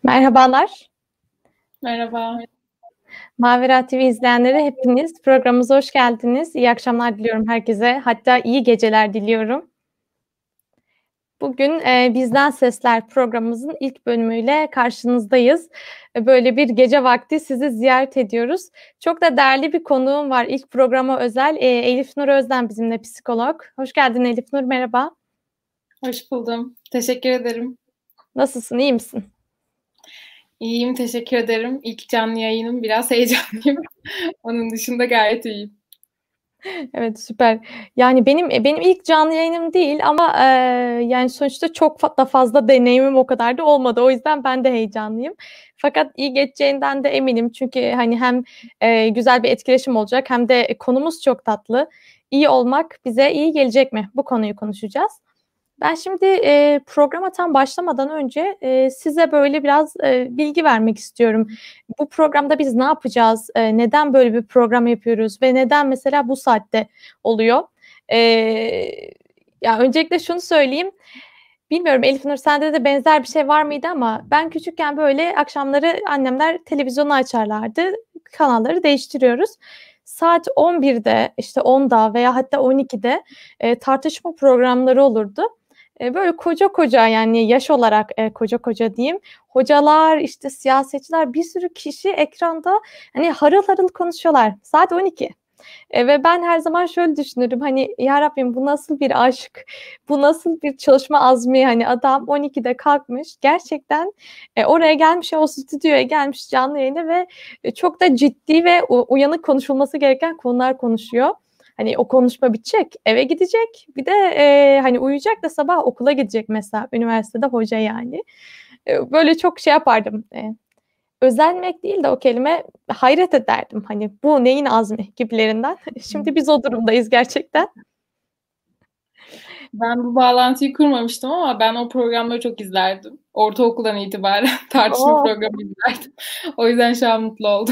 Merhabalar. Merhaba. Mavera TV izleyenleri hepiniz programımıza hoş geldiniz. İyi akşamlar diliyorum herkese. Hatta iyi geceler diliyorum. Bugün Bizden Sesler programımızın ilk bölümüyle karşınızdayız. Böyle bir gece vakti sizi ziyaret ediyoruz. Çok da değerli bir konuğum var ilk programa özel. Elif Nur Özden bizimle psikolog. Hoş geldin Elif Nur, merhaba. Hoş buldum. Teşekkür ederim. Nasılsın, iyi misin? İyiyim, teşekkür ederim. İlk canlı yayınım, biraz heyecanlıyım. Onun dışında gayet iyiyim. Evet, süper. Yani benim ilk canlı yayınım değil ama yani sonuçta çok da fazla deneyimim o kadar da olmadı. O yüzden ben de heyecanlıyım. Fakat iyi geçeceğinden de eminim. Çünkü hani hem güzel bir etkileşim olacak hem de konumuz çok tatlı. İyi olmak bize iyi gelecek mi? Bu konuyu konuşacağız. Ben şimdi programa tam başlamadan önce size böyle biraz bilgi vermek istiyorum. Bu programda biz ne yapacağız? Neden böyle bir program yapıyoruz? Ve neden mesela bu saatte oluyor? E, Ya öncelikle şunu söyleyeyim. Bilmiyorum Elif Nur sende de benzer bir şey var mıydı ama ben küçükken böyle akşamları annemler televizyonu açarlardı. Kanalları değiştiriyoruz. Saat 11'de işte 10'da veya hatta 12'de tartışma programları olurdu. Böyle koca koca yani yaş olarak koca koca diyeyim. Hocalar, işte siyasetçiler bir sürü kişi ekranda hani harıl harıl konuşuyorlar. Saat 12. Ve ben her zaman şöyle düşünürüm hani ya Rabbim bu nasıl bir aşk, bu nasıl bir çalışma azmi hani adam 12'de kalkmış gerçekten oraya gelmiş o stüdyoya gelmiş canlı yayına ve çok da ciddi ve uyanık konuşulması gereken konular konuşuyor. Hani o konuşma bitecek, eve gidecek. Bir de hani uyuyacak da sabah okula gidecek mesela üniversitede hoca yani. Böyle çok şey yapardım. Özenmek değil de o kelime hayret ederdim. Hani bu neyin azmi gibilerinden. Şimdi biz o durumdayız gerçekten. Ben bu bağlantıyı kurmamıştım ama ben o programları çok izlerdim. Ortaokuldan itibaren tartışma Oo, programı izlerdim. O yüzden şu an mutlu oldum.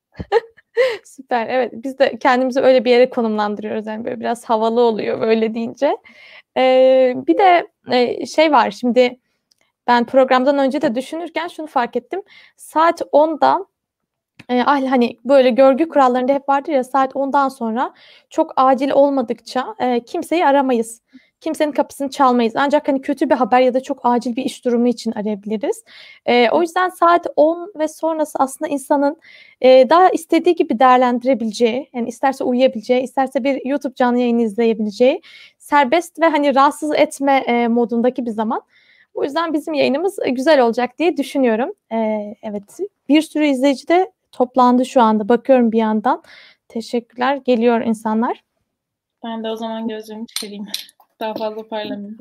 süper. Evet, biz de kendimizi öyle bir yere konumlandırıyoruz. Yani böyle biraz havalı oluyor böyle deyince. Bir de şey var şimdi ben programdan önce de düşünürken şunu fark ettim. Saat 10'da hani böyle görgü kurallarında hep vardır ya saat 10'dan sonra çok acil olmadıkça kimseyi aramayız. Kimsenin kapısını çalmayız. Ancak hani kötü bir haber ya da çok acil bir iş durumu için arayabiliriz. O yüzden saat 10 ve sonrası aslında insanın daha istediği gibi değerlendirebileceği, yani isterse uyuyabileceği, isterse bir YouTube canlı yayını izleyebileceği, serbest ve hani rahatsız etme modundaki bir zaman. O yüzden bizim yayınımız güzel olacak diye düşünüyorum. Evet, bir sürü izleyici de toplandı şu anda. Bakıyorum bir yandan. Teşekkürler. Geliyor insanlar. Ben de o zaman gözlüğümü çıkarayım. Daha fazla parlamayayım.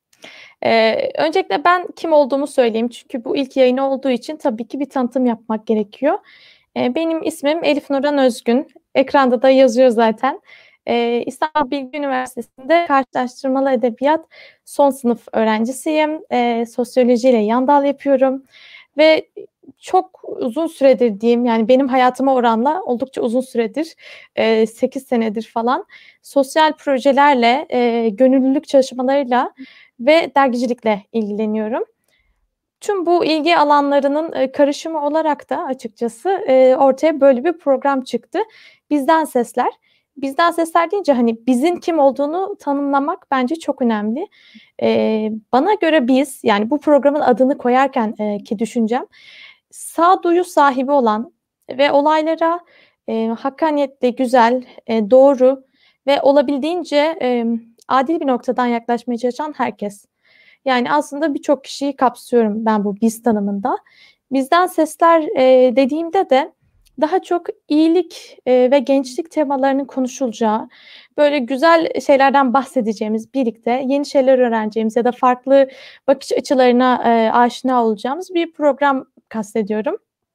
Öncelikle ben kim olduğumu söyleyeyim. Çünkü bu ilk yayını olduğu için tabii ki bir tanıtım yapmak gerekiyor. Benim ismim Elif Nurhan Özgün. Ekranda da yazıyor zaten. İstanbul Bilgi Üniversitesi'nde karşılaştırmalı edebiyat son sınıf öğrencisiyim. Sosyolojiyle yan dal yapıyorum. Ve çok uzun süredir diyeyim yani benim hayatıma oranla oldukça uzun süredir 8 senedir falan sosyal projelerle, gönüllülük çalışmalarıyla ve dergicilikle ilgileniyorum. Tüm bu ilgi alanlarının karışımı olarak da açıkçası ortaya böyle bir program çıktı. Bizden Sesler. Bizden Sesler deyince hani bizin kim olduğunu tanımlamak bence çok önemli. Bana göre biz yani bu programın adını koyarken ki düşüncem sağduyu sahibi olan ve olaylara hakkaniyetle güzel, doğru ve olabildiğince adil bir noktadan yaklaşmaya çalışan herkes. Yani aslında birçok kişiyi kapsıyorum ben bu biz tanımında. Bizden sesler dediğimde de daha çok iyilik ve gençlik temalarının konuşulacağı, böyle güzel şeylerden bahsedeceğimiz, birlikte yeni şeyler öğreneceğimiz ya da farklı bakış açılarına aşina olacağımız bir program kastediyorum.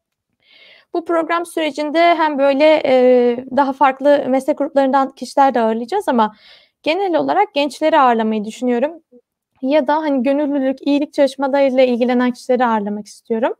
Bu program sürecinde hem böyle daha farklı meslek gruplarından kişiler de ağırlayacağız ama genel olarak gençleri ağırlamayı düşünüyorum. Ya da hani gönüllülük, iyilik çalışmalarıyla ilgilenen kişileri ağırlamak istiyorum.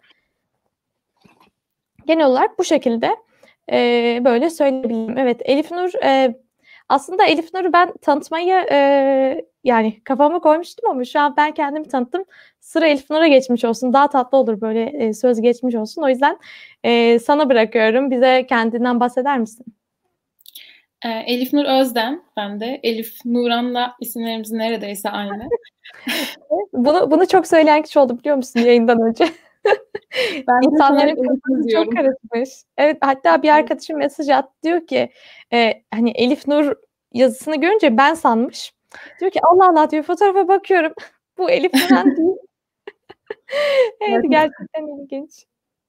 Genel olarak bu şekilde böyle söyleyebilirim. Evet, Elif Nur Aslında Elif Nur'u ben tanıtmayı yani kafama koymuştum ama şu an ben kendimi tanıttım. Sıra Elif Nur'a geçmiş olsun. Daha tatlı olur böyle söz geçmiş olsun. O yüzden sana bırakıyorum. Bize kendinden bahseder misin? Elif Nur Özden, ben de. Elif Nuran'la isimlerimiz neredeyse aynı. Bunu çok söyleyen kişi oldu biliyor musun yayından önce? Ben de İnsanların Elif kafası çok diyorum. karışmış. Evet, hatta bir arkadaşım mesaj attı, diyor ki hani Elif Nur yazısını görünce ben sanmış. Diyor ki Allah Allah diyor, fotoğrafa bakıyorum. Bu Elif Nuran değil. Evet, gerçekten ilginç.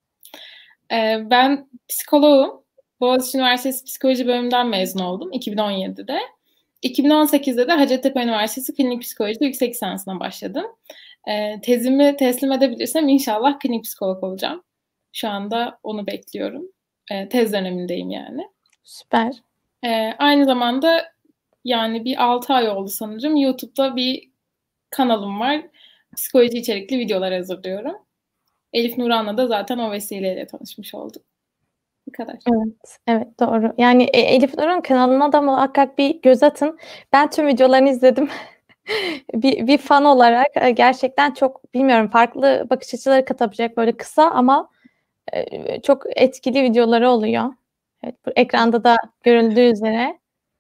Ben psikoloğum. Boğaziçi Üniversitesi Psikoloji bölümünden mezun oldum 2017'de. 2018'de de Hacettepe Üniversitesi Klinik Psikoloji'de yüksek lisansına başladım. Tezimi teslim edebilirsem inşallah klinik psikolog olacağım. Şu anda onu bekliyorum. Tez dönemindeyim yani. Süper. Aynı zamanda yani bir 6 ay oldu sanırım. YouTube'da bir kanalım var. Psikoloji içerikli videolar hazırlıyorum. Elif Nuran'la da zaten o vesileyle tanışmış olduk. Bu kadar. Evet, evet doğru. Yani Elif Nur'un kanalına da muhakkak bir göz atın. Ben tüm videolarını izledim. Bir fan olarak gerçekten çok, bilmiyorum, farklı bakış açıları katabilecek böyle kısa ama çok etkili videoları oluyor. Evet, bu ekranda da görüldüğü üzere.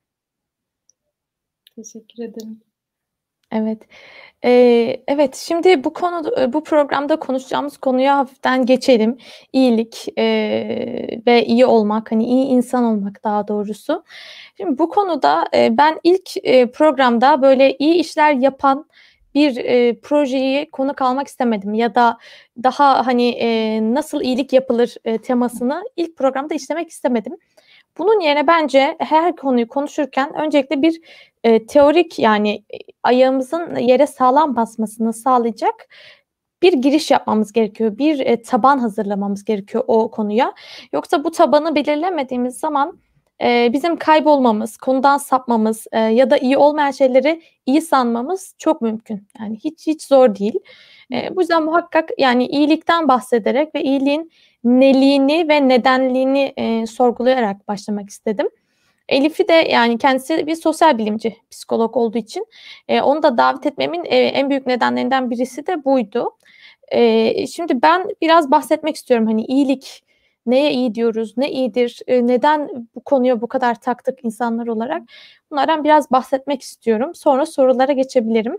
Teşekkür ederim. Evet. Evet, şimdi bu programda konuşacağımız konuya hafiften geçelim. İyilik ve iyi olmak, hani iyi insan olmak daha doğrusu. Şimdi bu konuda ben ilk programda böyle iyi işler yapan bir projeyi konuk almak istemedim ya da daha hani nasıl iyilik yapılır temasını ilk programda işlemek istemedim. Bunun yerine bence her konuyu konuşurken öncelikle bir teorik, yani ayağımızın yere sağlam basmasını sağlayacak bir giriş yapmamız gerekiyor. Bir taban hazırlamamız gerekiyor o konuya. Yoksa bu tabanı belirlemediğimiz zaman bizim kaybolmamız, konudan sapmamız ya da iyi olmayan şeyleri iyi sanmamız çok mümkün. Yani hiç zor değil. Bu yüzden muhakkak yani iyilikten bahsederek ve iyiliğin neliğini ve nedenliğini sorgulayarak başlamak istedim. Elif'i de, yani kendisi bir sosyal bilimci, psikolog olduğu için onu da davet etmemin en büyük nedenlerinden birisi de buydu. Şimdi ben biraz bahsetmek istiyorum. Hani iyilik, neye iyi diyoruz, ne iyidir, neden bu konuya bu kadar taktık insanlar olarak? Bunlardan biraz bahsetmek istiyorum. Sonra sorulara geçebilirim.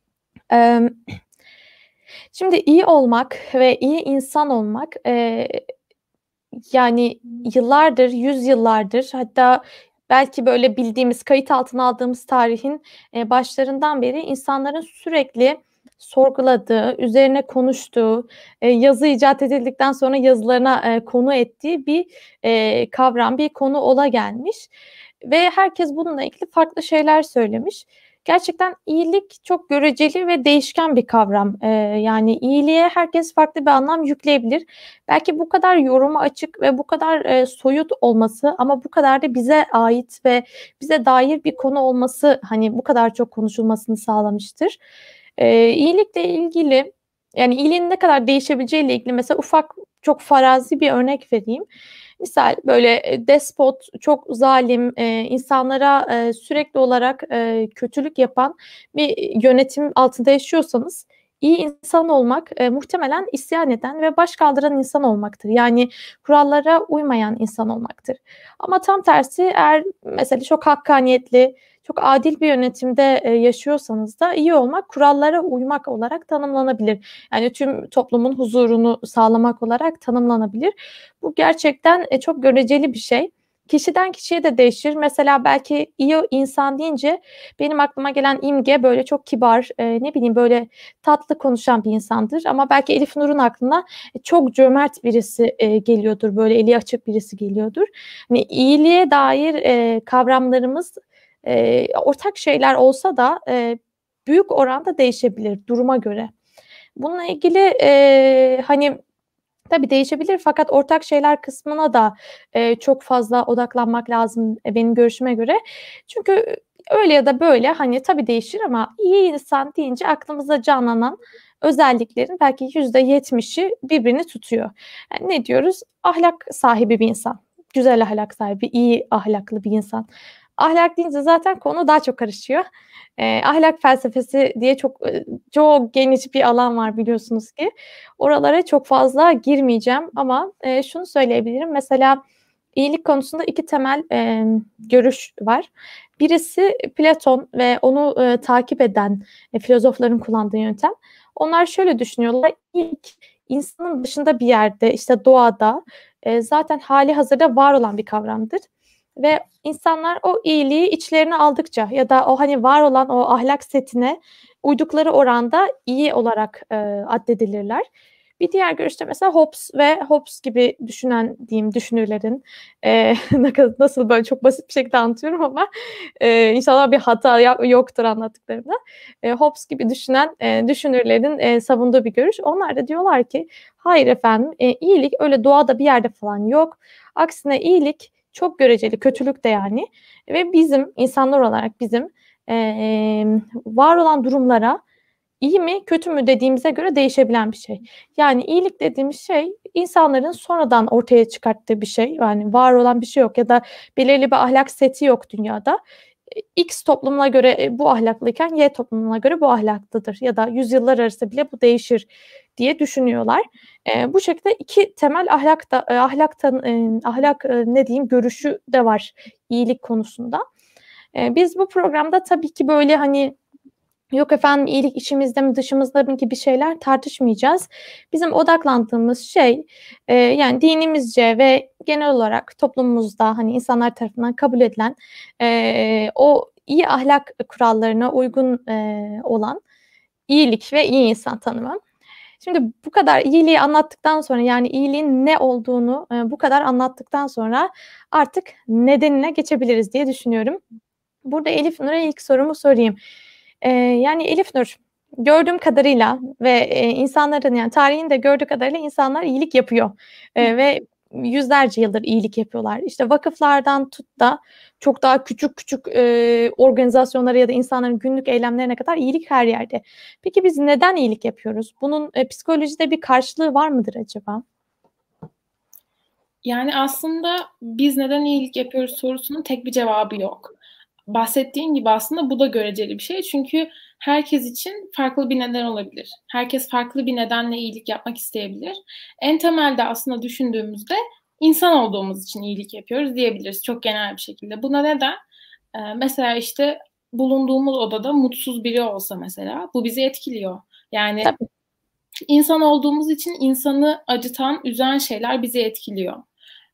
Şimdi iyi olmak ve iyi insan olmak yani yıllardır, yüzyıllardır, hatta belki böyle bildiğimiz, kayıt altına aldığımız tarihin başlarından beri insanların sürekli sorguladığı, üzerine konuştuğu, yazı icat edildikten sonra yazılarına konu ettiği bir kavram, bir konu ola gelmiş ve herkes bununla ilgili farklı şeyler söylemiş. Gerçekten iyilik çok göreceli ve değişken bir kavram. Yani iyiliğe herkes farklı bir anlam yükleyebilir. Belki bu kadar yoruma açık ve bu kadar soyut olması ama bu kadar da bize ait ve bize dair bir konu olması hani bu kadar çok konuşulmasını sağlamıştır. İyilikle ilgili, yani iyiliğin ne kadar değişebileceğiyle ilgili mesela ufak, çok farazi bir örnek vereyim. Misal böyle despot, çok zalim, insanlara sürekli olarak kötülük yapan bir yönetim altında yaşıyorsanız iyi insan olmak muhtemelen isyan eden ve baş kaldıran insan olmaktır. Yani kurallara uymayan insan olmaktır. Ama tam tersi, eğer mesela çok hakkaniyetli, çok adil bir yönetimde yaşıyorsanız da iyi olmak kurallara uymak olarak tanımlanabilir. Yani tüm toplumun huzurunu sağlamak olarak tanımlanabilir. Bu gerçekten çok göreceli bir şey. Kişiden kişiye de değişir. Mesela belki iyi insan deyince benim aklıma gelen imge böyle çok kibar, ne bileyim böyle tatlı konuşan bir insandır. Ama belki Elif Nur'un aklına çok cömert birisi geliyordur, böyle eli açık birisi geliyordur. Hani iyiliğe dair kavramlarımız ortak şeyler olsa da büyük oranda değişebilir duruma göre. Bununla ilgili hani tabii değişebilir fakat ortak şeyler kısmına da çok fazla odaklanmak lazım benim görüşüme göre. Çünkü öyle ya da böyle hani tabii değişir ama iyi insan deyince aklımıza canlanan özelliklerin belki %70'i birbirini tutuyor. Yani ne diyoruz? Ahlak sahibi bir insan. Güzel ahlak sahibi, iyi ahlaklı bir insan. Ahlak deyince zaten konu daha çok karışıyor. Ahlak felsefesi diye çok geniş bir alan var biliyorsunuz ki. Oralara çok fazla girmeyeceğim ama şunu söyleyebilirim. Mesela iyilik konusunda iki temel görüş var. Birisi Platon ve onu takip eden filozofların kullandığı yöntem. Onlar şöyle düşünüyorlar. İyilik insanın dışında bir yerde, işte doğada zaten hali hazırda var olan bir kavramdır. Ve insanlar o iyiliği içlerine aldıkça ya da o hani var olan o ahlak setine uydukları oranda iyi olarak addedilirler. Bir diğer görüşte mesela Hobbes gibi düşünen diyeyim düşünürlerin nasıl böyle çok basit bir şekilde anlatıyorum ama inşallah bir hata yoktur anlattıklarımda. Hobbes gibi düşünen düşünürlerin savunduğu bir görüş. Onlar da diyorlar ki hayır efendim iyilik öyle doğada bir yerde falan yok. Aksine iyilik çok göreceli, kötülük de yani ve bizim insanlar olarak bizim var olan durumlara iyi mi kötü mü dediğimize göre değişebilen bir şey. Yani iyilik dediğimiz şey insanların sonradan ortaya çıkarttığı bir şey. Yani var olan bir şey yok ya da belirli bir ahlak seti yok dünyada. X toplumuna göre bu ahlaklıyken Y toplumuna göre bu ahlaklıdır ya da yüzyıllar arası bile bu değişir diye düşünüyorlar. Bu şekilde iki temel ahlak ne diyeyim görüşü de var iyilik konusunda. Biz bu programda tabii ki böyle hani yok efendim iyilik içimizde mi dışımızda mı gibi şeyler tartışmayacağız. Bizim odaklandığımız şey yani dinimizce ve genel olarak toplumumuzda hani insanlar tarafından kabul edilen o iyi ahlak kurallarına uygun olan iyilik ve iyi insan tanımı. Şimdi bu kadar iyiliği anlattıktan sonra yani iyiliğin ne olduğunu bu kadar anlattıktan sonra artık nedenine geçebiliriz diye düşünüyorum. Burada Elif Nur'a ilk sorumu sorayım. Yani Elif Nur, gördüğüm kadarıyla ve insanların yani tarihin de gördüğü kadarıyla insanlar iyilik yapıyor. Ve yüzlerce yıldır iyilik yapıyorlar. İşte vakıflardan tut da çok daha küçük küçük organizasyonlara ya da insanların günlük eylemlerine kadar iyilik her yerde. Peki biz neden iyilik yapıyoruz? Bunun psikolojide bir karşılığı var mıdır acaba? Yani aslında biz neden iyilik yapıyoruz sorusunun tek bir cevabı yok. Bahsettiğin gibi aslında bu da göreceli bir şey. Çünkü herkes için farklı bir neden olabilir. Herkes farklı bir nedenle iyilik yapmak isteyebilir. En temelde aslında düşündüğümüzde insan olduğumuz için iyilik yapıyoruz diyebiliriz çok genel bir şekilde. Buna neden? Mesela işte bulunduğumuz odada mutsuz biri olsa mesela bu bizi etkiliyor. Yani Tabii. insan olduğumuz için insanı acıtan, üzen şeyler bizi etkiliyor.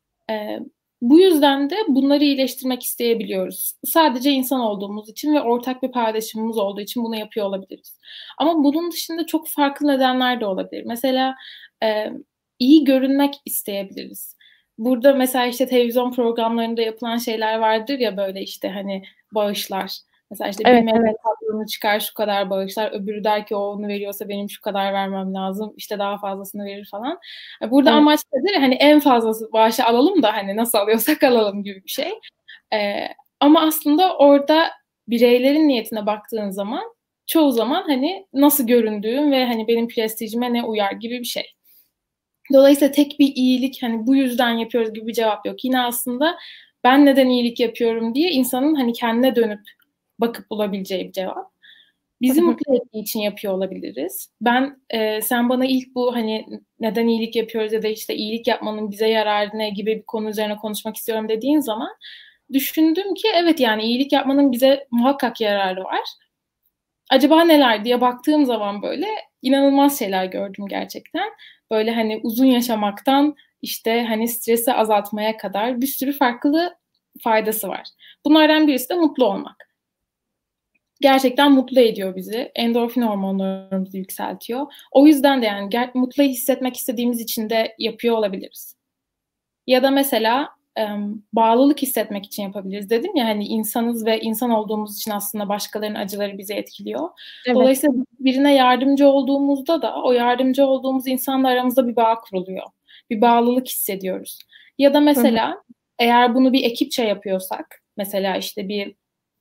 Bu yüzden de bunları iyileştirmek isteyebiliyoruz. Sadece insan olduğumuz için ve ortak bir paylaşımımız olduğu için bunu yapıyor olabiliriz. Ama bunun dışında çok farklı nedenler de olabilir. Mesela iyi görünmek isteyebiliriz. Burada mesela işte televizyon programlarında yapılan şeyler vardır ya böyle işte hani bağışlar. Mesela işte bir meyve tatlını çıkar şu kadar bağışlar. Öbürü der ki o onu veriyorsa benim şu kadar vermem lazım. İşte daha fazlasını verir falan. Burada amaç nedir? Hani en fazlası bağışı alalım da hani nasıl alıyorsak alalım gibi bir şey. Ama aslında orada bireylerin niyetine baktığın zaman çoğu zaman hani nasıl göründüğüm ve hani benim prestijime ne uyar gibi bir şey. Dolayısıyla tek bir iyilik hani bu yüzden yapıyoruz gibi bir cevap yok. Yine aslında ben neden iyilik yapıyorum diye insanın hani kendine dönüp bakıp bulabileceği bir cevap. Bizi mutlu ettiği için yapıyor olabiliriz. Sen bana ilk bu hani neden iyilik yapıyoruz ya da işte iyilik yapmanın bize yararı ne gibi bir konu üzerine konuşmak istiyorum dediğin zaman düşündüm ki evet yani iyilik yapmanın bize muhakkak yararı var. Acaba neler diye baktığım zaman böyle inanılmaz şeyler gördüm gerçekten. Böyle hani uzun yaşamaktan işte hani stresi azaltmaya kadar bir sürü farklı faydası var. Bunlardan birisi de mutlu olmak. Gerçekten mutlu ediyor bizi. Endorfin hormonlarımızı yükseltiyor. O yüzden de yani mutlu hissetmek istediğimiz için de yapıyor olabiliriz. Ya da mesela bağlılık hissetmek için yapabiliriz. Dedim ya hani insanız ve insan olduğumuz için aslında başkalarının acıları bizi etkiliyor. Evet. Dolayısıyla birine yardımcı olduğumuzda da o yardımcı olduğumuz insanla aramızda bir bağ kuruluyor. Bir bağlılık hissediyoruz. Ya da mesela eğer bunu bir ekipçe yapıyorsak, mesela işte bir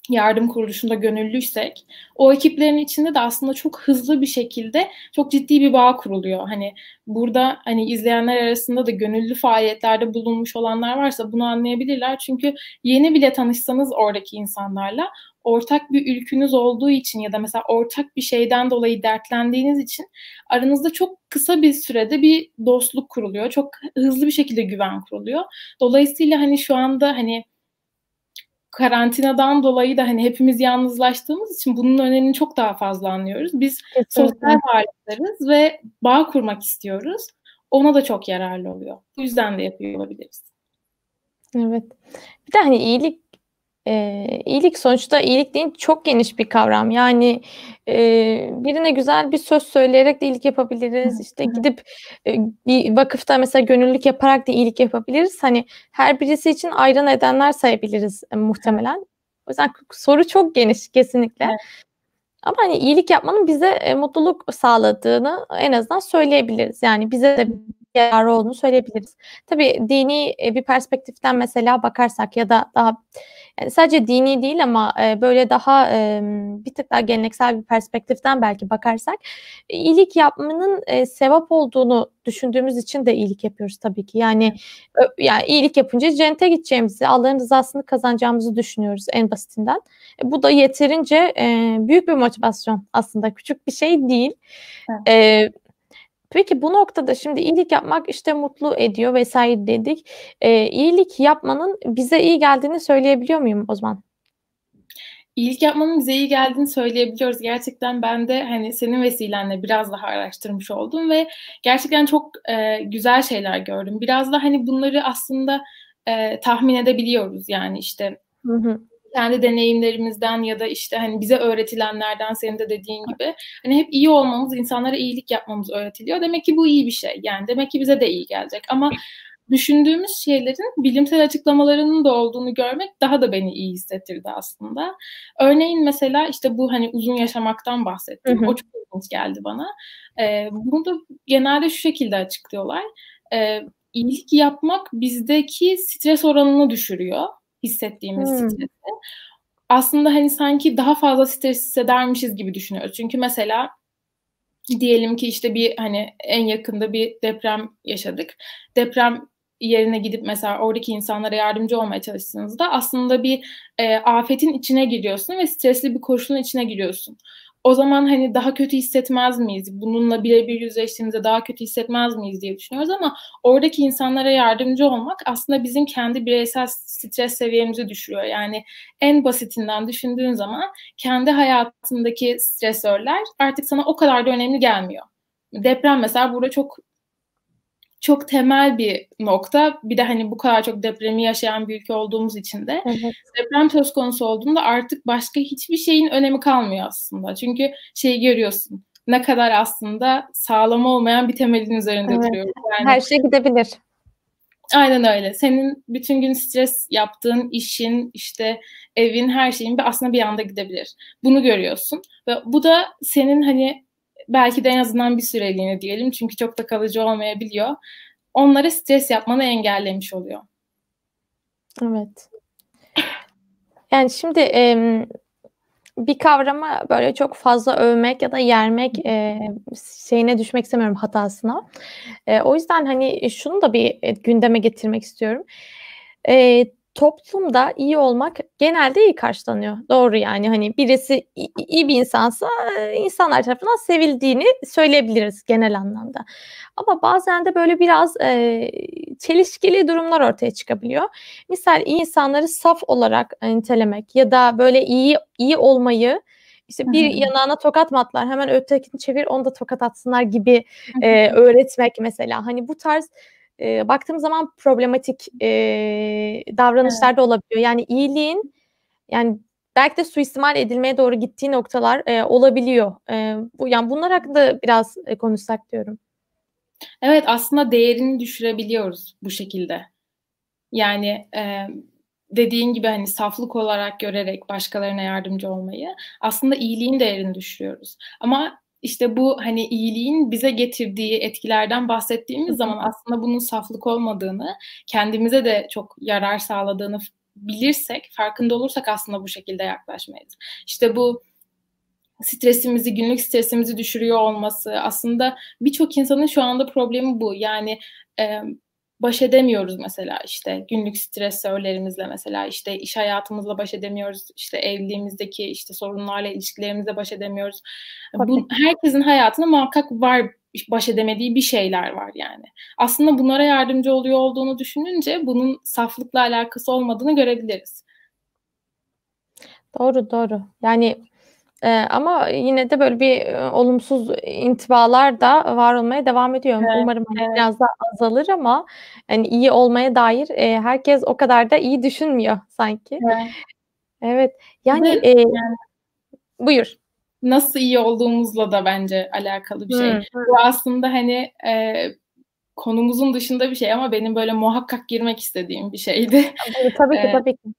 yardım kuruluşunda gönüllüysek, o ekiplerin içinde de aslında çok hızlı bir şekilde çok ciddi bir bağ kuruluyor. Hani burada hani izleyenler arasında da gönüllü faaliyetlerde bulunmuş olanlar varsa bunu anlayabilirler. Çünkü yeni bile tanışsanız oradaki insanlarla, ortak bir ülkünüz olduğu için ya da mesela ortak bir şeyden dolayı dertlendiğiniz için aranızda çok kısa bir sürede bir dostluk kuruluyor. Çok hızlı bir şekilde güven kuruluyor. Dolayısıyla hani şu anda hani karantinadan dolayı da hani hepimiz yalnızlaştığımız için bunun önemini çok daha fazla anlıyoruz. Biz Kesinlikle. sosyal varlıklarız ve bağ kurmak istiyoruz. Ona da çok yararlı oluyor. Bu yüzden de yapıyor olabiliriz. Evet. Bir de hani iyilik sonuçta iyilik değil çok geniş bir kavram. Yani birine güzel bir söz söyleyerek de iyilik yapabiliriz. İşte gidip bir vakıfta mesela gönüllülük yaparak da iyilik yapabiliriz. Hani her birisi için ayrı nedenler sayabiliriz muhtemelen. O yüzden soru çok geniş kesinlikle. Evet. Ama hani iyilik yapmanın bize mutluluk sağladığını en azından söyleyebiliriz. Yani bize de yararı olduğunu söyleyebiliriz. Tabii dini bir perspektiften mesela bakarsak ya da daha yani sadece dini değil ama böyle daha bir tık daha geleneksel bir perspektiften belki bakarsak iyilik yapmanın sevap olduğunu düşündüğümüz için de iyilik yapıyoruz tabii ki. Yani iyilik yapınca cennete gideceğimizi, Allah'ın rızasını kazanacağımızı düşünüyoruz en basitinden. Bu da yeterince büyük bir motivasyon aslında. Küçük bir şey değil. Evet. Peki bu noktada şimdi iyilik yapmak işte mutlu ediyor vesaire dedik. İyilik yapmanın bize iyi geldiğini söyleyebiliyor muyum o zaman? İyilik yapmanın bize iyi geldiğini söyleyebiliyoruz. Gerçekten ben de hani senin vesilenle biraz daha araştırmış oldum ve gerçekten çok güzel şeyler gördüm. Biraz da hani bunları aslında tahmin edebiliyoruz. Yani işte kendi deneyimlerimizden ya da işte hani bize öğretilenlerden senin de dediğin gibi hani hep iyi olmamız, insanlara iyilik yapmamız öğretiliyor. Demek ki bu iyi bir şey. Yani demek ki bize de iyi gelecek. Ama düşündüğümüz şeylerin bilimsel açıklamalarının da olduğunu görmek daha da beni iyi hissettirdi aslında. Örneğin mesela işte bu hani uzun yaşamaktan bahsettim. O çok ilginç geldi bana. Bunu da genelde şu şekilde açıklıyorlar. İyilik yapmak bizdeki stres oranını düşürüyor. Hissettiğimiz stresi. Aslında hani sanki daha fazla stres hissedermişiz gibi düşünüyoruz. Çünkü mesela diyelim ki işte bir hani en yakında bir deprem yaşadık. Deprem yerine gidip mesela oradaki insanlara yardımcı olmaya çalıştığınızda aslında bir afetin içine giriyorsun ve stresli bir koşulun içine giriyorsun. O zaman hani daha kötü hissetmez miyiz? Bununla birebir yüzleştiğimizde daha kötü hissetmez miyiz diye düşünüyoruz ama oradaki insanlara yardımcı olmak aslında bizim kendi bireysel stres seviyemizi düşürüyor. Yani en basitinden düşündüğün zaman kendi hayatındaki stresörler artık sana o kadar da önemli gelmiyor. Deprem mesela burada çok çok temel bir nokta. Bir de hani bu kadar çok depremi yaşayan bir ülke olduğumuz için de deprem söz konusu olduğunda artık başka hiçbir şeyin önemi kalmıyor aslında. Çünkü şeyi görüyorsun. Ne kadar aslında sağlam olmayan bir temelin üzerinde duruyoruz. Yani, her şey gidebilir. Aynen öyle. Senin bütün gün stres yaptığın işin, işte evin, her şeyin aslında bir anda gidebilir. Bunu görüyorsun. Ve bu da senin hani belki de en azından bir süreliğine diyelim. Çünkü çok da kalıcı olmayabiliyor. Onlara stres yapmanı engellemiş oluyor. Evet. Yani şimdi bir kavramı böyle çok fazla övmek ya da yermek şeyine düşmek istemiyorum, hatasına. O yüzden hani şunu da bir gündeme getirmek istiyorum. Toplumda iyi olmak genelde iyi karşılanıyor. Doğru, yani hani birisi iyi bir insansa insanlar tarafından sevildiğini söyleyebiliriz genel anlamda. Ama bazen de böyle biraz çelişkili durumlar ortaya çıkabiliyor. Misal iyi insanları saf olarak nitelemek ya da böyle iyi olmayı işte bir yanağına tokat mı atlar, hemen ötekini çevir onu da tokat atsınlar gibi öğretmek mesela. Hani bu tarz baktığım zaman problematik davranışlar da olabiliyor. Yani iyiliğin yani belki de suistimal edilmeye doğru gittiği noktalar olabiliyor. Yani bunlar hakkında biraz konuşsak diyorum. Evet, aslında değerini düşürebiliyoruz bu şekilde. Yani dediğin gibi hani saflık olarak görerek başkalarına yardımcı olmayı aslında iyiliğin değerini düşürüyoruz. Ama işte bu hani iyiliğin bize getirdiği etkilerden bahsettiğimiz zaman aslında bunun saflık olmadığını, kendimize de çok yarar sağladığını bilirsek, farkında olursak aslında bu şekilde yaklaşmayız. İşte bu stresimizi, günlük stresimizi düşürüyor olması, aslında birçok insanın şu anda problemi bu. Yani baş edemiyoruz mesela, işte günlük stresörlerimizle, mesela işte iş hayatımızla baş edemiyoruz, işte evliliğimizdeki işte sorunlarla, ilişkilerimizle baş edemiyoruz. Bu, herkesin hayatında muhakkak var, baş edemediği bir şeyler var yani. Aslında bunlara yardımcı oluyor olduğunu düşününce bunun saflıkla alakası olmadığını görebiliriz. Doğru. Yani ama yine de böyle bir olumsuz intibalar da var olmaya devam ediyor. Evet, Umarım hani evet. biraz daha azalır ama hani iyi olmaya dair herkes o kadar da iyi düşünmüyor sanki. Evet. Evet. Yani Yani buyur. nasıl iyi olduğumuzla da bence alakalı bir şey. Hı. Bu aslında hani konumuzun dışında bir şey ama benim böyle muhakkak girmek istediğim bir şeydi. Tabii ki.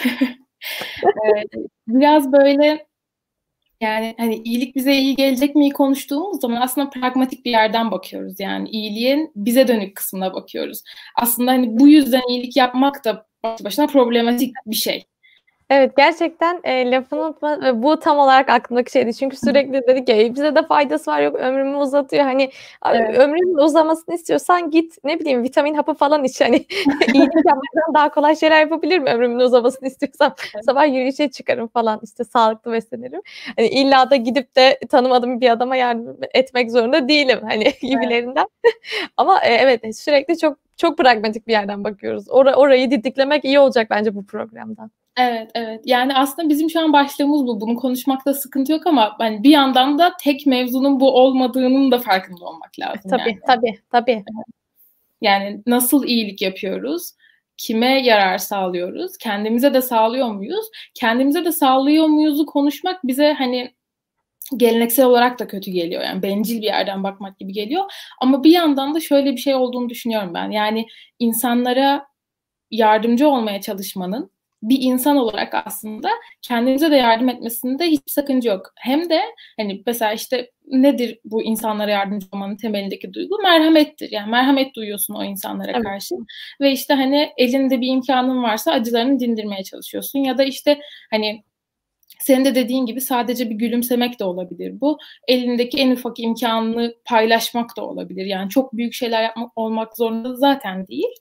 Biraz böyle, yani hani iyilik bize iyi gelecek mi konuştuğumuz zaman aslında pragmatik bir yerden bakıyoruz. Yani iyiliğin bize dönük kısmına bakıyoruz. Aslında hani bu yüzden iyilik yapmak da başlı başına problematik bir şey. Evet, gerçekten lafını unutma. Bu tam olarak aklımdaki şeydi. Çünkü sürekli dedik ya bize de faydası var, yok ömrümü uzatıyor. Hani Evet. ömrünün uzamasını istiyorsan git ne bileyim vitamin hapı falan iç. Hani iyilik yapmaktan daha kolay şeyler yapabilirim ömrümün uzamasını istiyorsam. Evet. Sabah yürüyüşe çıkarım falan, işte sağlıklı beslenirim. Hani illa da gidip de tanımadığım bir adama yardım etmek zorunda değilim hani gibilerinden. Ama evet, sürekli çok pragmatik bir yerden bakıyoruz. Orayı didiklemek iyi olacak bence bu programda. Evet. Yani aslında bizim şu an başlığımız bu. Bunu konuşmakta sıkıntı yok ama hani bir yandan da tek mevzunun bu olmadığının da farkında olmak lazım yani. Tabii. Yani nasıl iyilik yapıyoruz? Kime yarar sağlıyoruz? Kendimize de sağlıyor muyuz? Kendimize de sağlıyor muyuzu konuşmak bize hani geleneksel olarak da kötü geliyor. Yani bencil bir yerden bakmak gibi geliyor. Ama bir yandan da şöyle bir şey olduğunu düşünüyorum ben. Yani insanlara yardımcı olmaya çalışmanın bir insan olarak aslında kendimize de yardım etmesinde hiçbir sakınca yok. Hem de hani mesela işte nedir bu insanlara yardımcı olmanın temelindeki duygu? Merhamettir. Yani merhamet duyuyorsun o insanlara Evet. karşı. Ve işte hani elinde bir imkanın varsa acılarını dindirmeye çalışıyorsun. Ya da işte hani senin de dediğin gibi sadece bir gülümsemek de olabilir bu. Elindeki en ufak imkanını paylaşmak da olabilir. Yani çok büyük şeyler yapmak olmak zorunda zaten değil.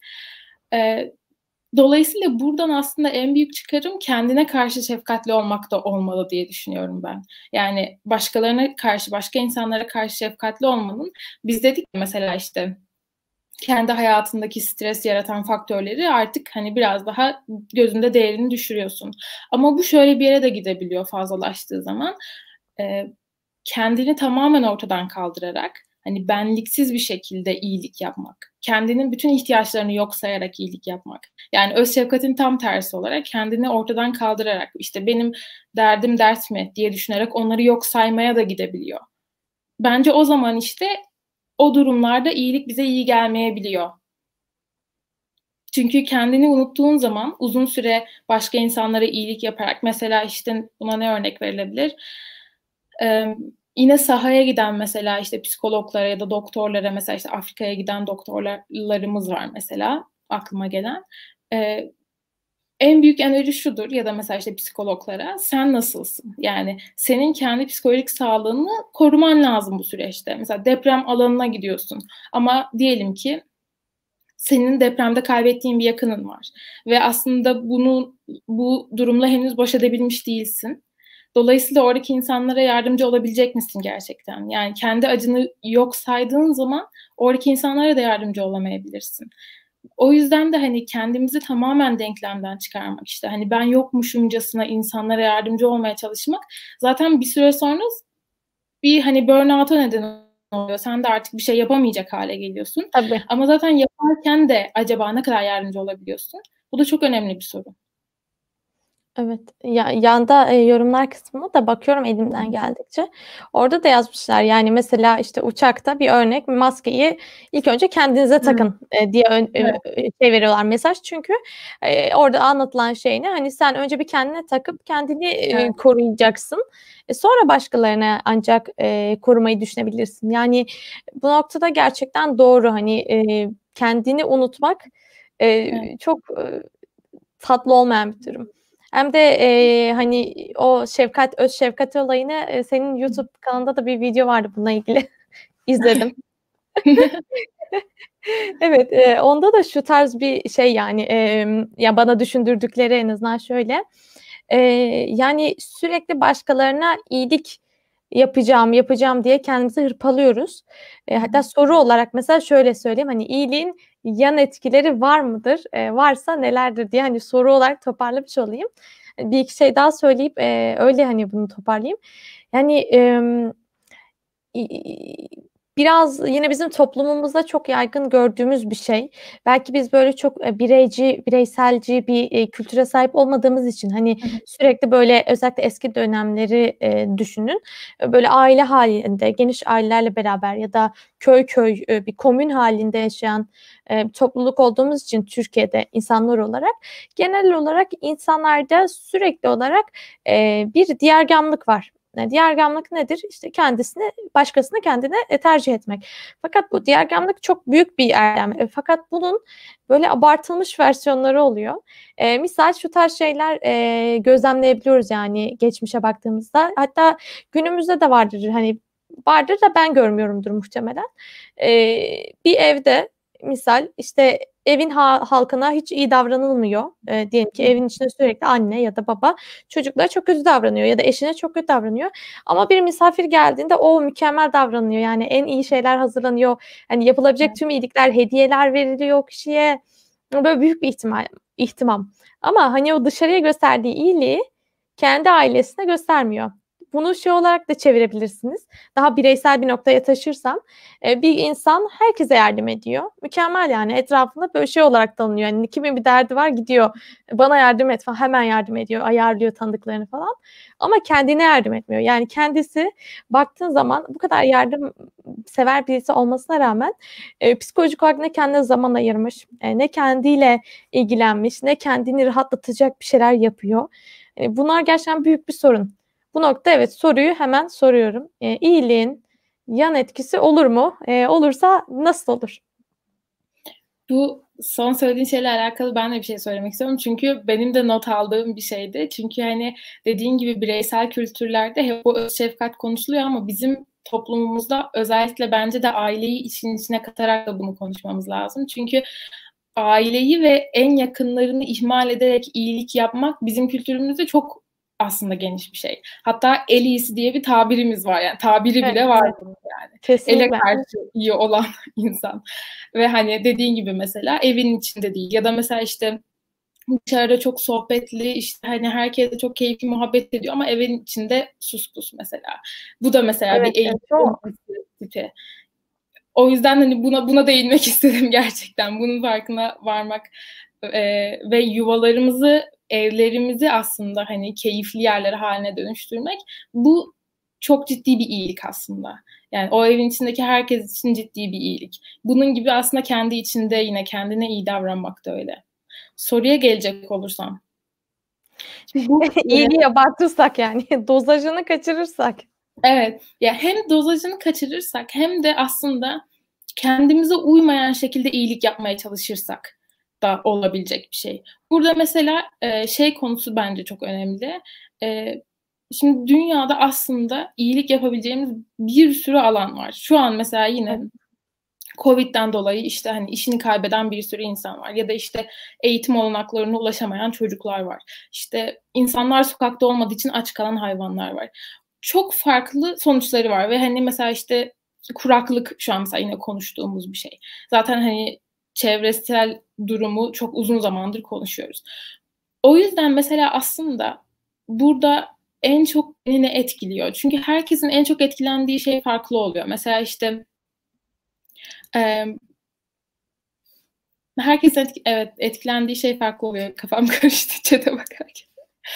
Dolayısıyla buradan aslında en büyük çıkarım kendine karşı şefkatli olmak da olmalı diye düşünüyorum ben. Yani başkalarına karşı, başka insanlara karşı şefkatli olmanın, biz dedik mesela işte kendi hayatındaki stres yaratan faktörleri artık hani biraz daha gözünde değerini düşürüyorsun. Ama bu şöyle bir yere de gidebiliyor fazlalaştığı zaman. Kendini tamamen ortadan kaldırarak hani benliksiz bir şekilde iyilik yapmak. Kendinin bütün ihtiyaçlarını yok sayarak iyilik yapmak. Yani öz şefkatin tam tersi olarak kendini ortadan kaldırarak işte benim derdim dert mi diye düşünerek onları yok saymaya da gidebiliyor. Bence o zaman işte o durumlarda iyilik bize iyi gelmeyebiliyor. Çünkü kendini unuttuğun zaman uzun süre başka insanlara iyilik yaparak, mesela işte buna ne örnek verilebilir? Yine sahaya giden mesela işte psikologlara ya da doktorlara, mesela işte Afrika'ya giden doktorlarımız var mesela aklıma gelen. En büyük öneri şudur ya da mesela işte psikologlara, sen nasılsın? Yani senin kendi psikolojik sağlığını koruman lazım bu süreçte. Mesela deprem alanına gidiyorsun ama diyelim ki senin depremde kaybettiğin bir yakının var ve aslında bu durumla henüz baş edebilmiş değilsin. Dolayısıyla oradaki insanlara yardımcı olabilecek misin gerçekten? Yani kendi acını yok saydığın zaman oradaki insanlara da yardımcı olamayabilirsin. O yüzden de hani kendimizi tamamen denklemden çıkarmak, işte hani ben yokmuşumcasına insanlara yardımcı olmaya çalışmak zaten bir süre sonra bir hani burnout'a neden oluyor. Sen de artık bir şey yapamayacak hale geliyorsun. Tabii. Ama zaten yaparken de acaba ne kadar yardımcı olabiliyorsun? Bu da çok önemli bir soru. Evet. Yanda yorumlar kısmına da bakıyorum elimden geldikçe. Orada da yazmışlar. Yani mesela işte uçakta bir örnek, maskeyi ilk önce kendinize takın diye Evet. şey veriyorlar mesaj. Çünkü orada anlatılan şey ne? Hani sen önce bir kendine takıp kendini Evet. koruyacaksın. Sonra başkalarına ancak korumayı düşünebilirsin. Yani bu noktada gerçekten doğru. Hani kendini unutmak Evet. çok tatlı olmayan bir durum. Hem de hani o öz şefkat olayını senin YouTube kanalında da bir video vardı bununla ilgili. İzledim. Evet, onda da şu tarz bir şey yani ya bana düşündürdükleri en azından şöyle. Yani sürekli başkalarına iyilik yapacağım diye kendimizi hırpalıyoruz. Hatta soru olarak mesela şöyle söyleyeyim hani iyiliğin yan etkileri var mıdır? Varsa nelerdir diye hani soru olarak toparlamış olayım. Bir iki şey daha söyleyip öyle hani bunu toparlayayım. Yani biraz yine bizim toplumumuzda çok yaygın gördüğümüz bir şey. Belki biz böyle çok bireyselci bir kültüre sahip olmadığımız için hani sürekli böyle özellikle eski dönemleri düşünün. Böyle aile halinde, geniş ailelerle beraber ya da köy bir komün halinde yaşayan topluluk olduğumuz için Türkiye'de insanlar olarak genel olarak insanlarda sürekli olarak bir diğergamlık var. Diğergamlık nedir? İşte başkasını kendine tercih etmek. Fakat bu diğergamlık çok büyük bir erdem. Fakat bunun böyle abartılmış versiyonları oluyor. Misal şu tarz şeyler gözlemleyebiliyoruz yani geçmişe baktığımızda. Hatta günümüzde de vardır. Hani vardır da ben görmüyorumdur muhtemelen. Bir evde misal işte evin halkına hiç iyi davranılmıyor. Diyelim ki evin içinde sürekli anne ya da baba çocuklara çok kötü davranıyor ya da eşine çok kötü davranıyor. Ama bir misafir geldiğinde o mükemmel davranıyor. Yani en iyi şeyler hazırlanıyor. Hani yapılabilecek tüm iyilikler, hediyeler veriliyor kişiye. Böyle büyük bir ihtimam. Ama hani o dışarıya gösterdiği iyiliği kendi ailesine göstermiyor. Bunu şey olarak da çevirebilirsiniz. Daha bireysel bir noktaya taşırsam bir insan herkese yardım ediyor. Mükemmel yani etrafında böyle şey olarak tanınıyor. Yani kimin bir derdi var gidiyor bana yardım et falan hemen yardım ediyor. Ayarlıyor tanıdıklarını falan. Ama kendine yardım etmiyor. Yani kendisi baktığın zaman bu kadar yardım sever birisi olmasına rağmen psikolojik olarak ne kendine zaman ayırmış, ne kendiyle ilgilenmiş, ne kendini rahatlatacak bir şeyler yapıyor. Bunlar gerçekten büyük bir sorun. Bu nokta evet soruyu hemen soruyorum. İyiliğin yan etkisi olur mu? Olursa nasıl olur? Bu son söylediğin şeyle alakalı ben de bir şey söylemek istiyorum. Çünkü benim de not aldığım bir şeydi. Çünkü hani dediğin gibi bireysel kültürlerde hep bu öz şefkat konuşuluyor ama bizim toplumumuzda özellikle bence de aileyi işin içine katarak da bunu konuşmamız lazım. Çünkü aileyi ve en yakınlarını ihmal ederek iyilik yapmak bizim kültürümüzde çok aslında geniş bir şey. Hatta el iyisi diye bir tabirimiz var yani. Tabiri Evet, bile var evet. bunun yani. Kesinlikle. Ele karşı iyi olan insan. Ve hani dediğin gibi mesela evin içinde değil ya da mesela işte dışarıda çok sohbetli işte hani herkes çok keyifli muhabbet ediyor ama evin içinde sus mesela. Bu da mesela Evet, bir eğitim çok. tipi. O yüzden hani buna değinmek istedim gerçekten. Bunun farkına varmak ve yuvalarımızı, evlerimizi aslında hani keyifli yerler haline dönüştürmek bu çok ciddi bir iyilik aslında. Yani o evin içindeki herkes için ciddi bir iyilik. Bunun gibi aslında kendi içinde yine kendine iyi davranmak da öyle. Soruya gelecek olursam. Şimdi bu İyiliği abartırsak yani dozajını kaçırırsak. evet. Ya hem dozajını kaçırırsak hem de aslında kendimize uymayan şekilde iyilik yapmaya çalışırsak da olabilecek bir şey. Burada mesela şey konusu bence çok önemli. Şimdi dünyada aslında iyilik yapabileceğimiz bir sürü alan var. Şu an mesela yine Covid'den dolayı işte hani işini kaybeden bir sürü insan var ya da işte eğitim olanaklarına ulaşamayan çocuklar var. İşte insanlar sokakta olmadığı için aç kalan hayvanlar var. Çok farklı sonuçları var ve hani mesela işte kuraklık şu an mesela yine konuştuğumuz bir şey. Zaten hani çevresel durumu çok uzun zamandır konuşuyoruz. O yüzden mesela aslında burada en çok beni ne etkiliyor? Çünkü herkesin en çok etkilendiği şey farklı oluyor. Mesela işte herkesin evet etkilendiği şey farklı oluyor. Kafam karıştı chat'e bakarken.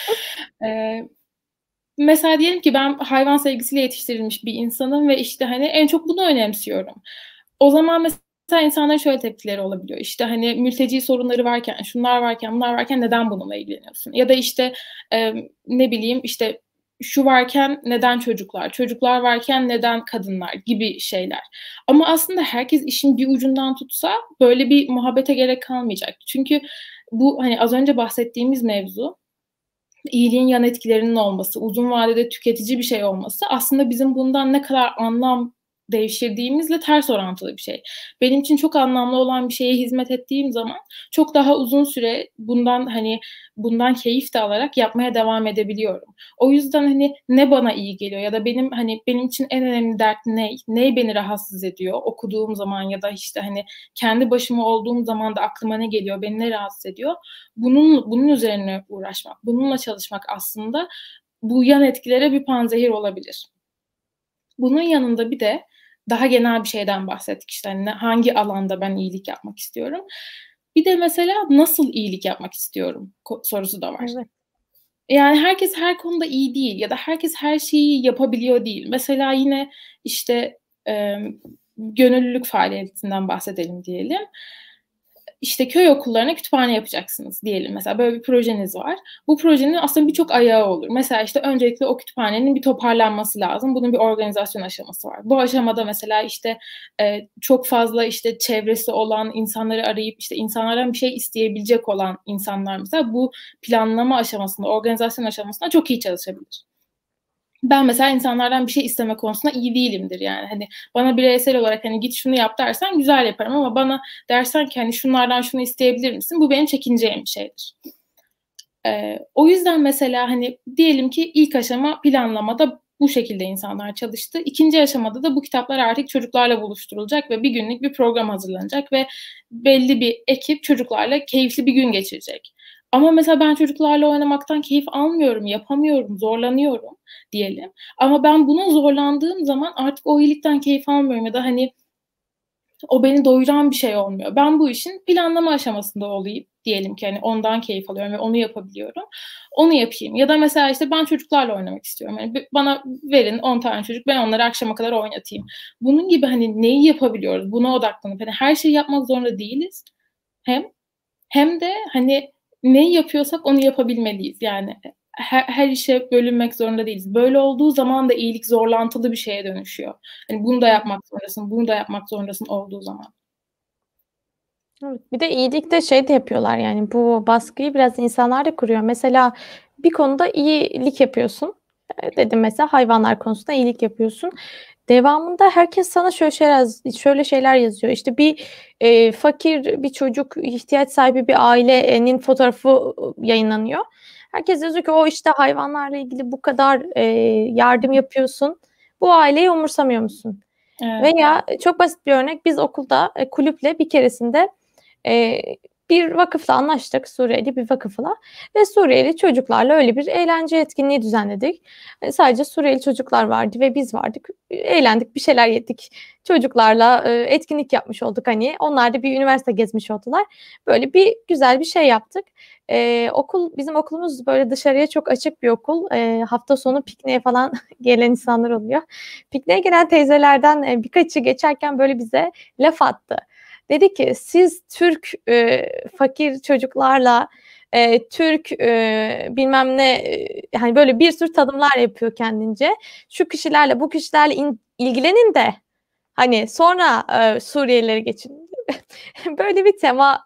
Mesela diyelim ki ben hayvan sevgisiyle yetiştirilmiş bir insanım ve işte hani en çok bunu önemsiyorum. O zaman mesela insanların şöyle tepkileri olabiliyor. İşte hani mülteci sorunları varken, şunlar varken, bunlar varken neden bununla ilgileniyorsun? Ya da işte ne bileyim işte şu varken neden çocuklar, çocuklar varken neden kadınlar gibi şeyler. Ama aslında herkes işin bir ucundan tutsa böyle bir muhabbete gerek kalmayacak. Çünkü bu hani az önce bahsettiğimiz mevzu, iyiliğin yan etkilerinin olması, uzun vadede tüketici bir şey olması aslında bizim bundan ne kadar anlam devşirdiğimizle ters orantılı bir şey. Benim için çok anlamlı olan bir şeye hizmet ettiğim zaman çok daha uzun süre bundan keyif de alarak yapmaya devam edebiliyorum. O yüzden hani ne bana iyi geliyor ya da benim için en önemli dert ne beni rahatsız ediyor okuduğum zaman ya da işte hani kendi başıma olduğum zaman da aklıma ne geliyor, beni ne rahatsız ediyor. Bunun üzerine uğraşmak, bununla çalışmak aslında bu yan etkilere bir panzehir olabilir. Bunun yanında bir de daha genel bir şeyden bahsettik, işte hani hangi alanda ben iyilik yapmak istiyorum. Bir de mesela nasıl iyilik yapmak istiyorum sorusu da var. Evet. Yani herkes her konuda iyi değil ya da herkes her şeyi yapabiliyor değil. Mesela yine işte gönüllülük faaliyetinden bahsedelim diyelim. İşte köy okullarına kütüphane yapacaksınız diyelim. Mesela böyle bir projeniz var. Bu projenin aslında birçok ayağı olur. Mesela işte öncelikle o kütüphanenin bir toparlanması lazım. Bunun bir organizasyon aşaması var. Bu aşamada mesela işte çok fazla işte çevresi olan insanları arayıp işte insanlardan bir şey isteyebilecek olan insanlar mesela bu planlama aşamasında, organizasyon aşamasında çok iyi çalışabilir. Ben mesela insanlardan bir şey isteme konusunda iyi değilimdir yani. Hani bana bireysel olarak hani git şunu yap dersen güzel yaparım ama bana dersen ki hani şunlardan şunu isteyebilir misin? Bu benim çekineceğim bir şeydir. O yüzden mesela hani diyelim ki ilk aşama planlamada bu şekilde insanlar çalıştı. İkinci aşamada da bu kitaplar artık çocuklarla buluşturulacak ve bir günlük bir program hazırlanacak ve belli bir ekip çocuklarla keyifli bir gün geçirecek. Ama mesela ben çocuklarla oynamaktan keyif almıyorum, yapamıyorum, zorlanıyorum diyelim. Ama ben buna zorlandığım zaman artık o iyilikten keyif almıyorum ya da hani o beni doyuran bir şey olmuyor. Ben bu işin planlama aşamasında olayım. Diyelim ki hani ondan keyif alıyorum ve onu yapabiliyorum. Onu yapayım. Ya da mesela işte ben çocuklarla oynamak istiyorum. Yani bana verin 10 tane çocuk, ben onları akşama kadar oynatayım. Bunun gibi hani neyi yapabiliyoruz? Buna odaklanıp hani her şeyi yapmak zorunda değiliz. Hem de hani neyi yapıyorsak onu yapabilmeliyiz. Yani her işe bölünmek zorunda değiliz. Böyle olduğu zaman da iyilik zorlantılı bir şeye dönüşüyor. Hani bunu da yapmak zorundasın, bunu da yapmak zorundasın olduğu zaman. Evet. Bir de iyilikte şey de yapıyorlar, yani bu baskıyı biraz insanlar da kuruyor. Mesela bir konuda iyilik yapıyorsun. Dedim mesela hayvanlar konusunda iyilik yapıyorsun. Devamında herkes sana şöyle şeyler yazıyor. İşte bir fakir bir çocuk, ihtiyaç sahibi bir ailenin fotoğrafı yayınlanıyor. Herkes yazıyor ki o işte hayvanlarla ilgili bu kadar yardım yapıyorsun. Bu aileyi umursamıyor musun? Evet. Veya çok basit bir örnek, biz okulda kulüple bir keresinde bir vakıfla anlaştık, Suriyeli bir vakıfla ve Suriyeli çocuklarla öyle bir eğlence etkinliği düzenledik. Sadece Suriyeli çocuklar vardı ve biz vardık. Eğlendik, bir şeyler yedik. Çocuklarla etkinlik yapmış olduk hani. Onlar da bir üniversite gezmiş oldular. Böyle bir güzel bir şey yaptık. Bizim okulumuz böyle dışarıya çok açık bir okul. Hafta sonu pikniğe falan gelen insanlar oluyor. Pikniğe gelen teyzelerden birkaçı geçerken böyle bize laf attı. Dedi ki siz Türk fakir çocuklarla Türk bilmem ne hani böyle bir sürü tanımlar yapıyor kendince. Şu kişilerle bu kişilerle ilgilenin de hani sonra Suriyelilere geçin. Böyle bir tema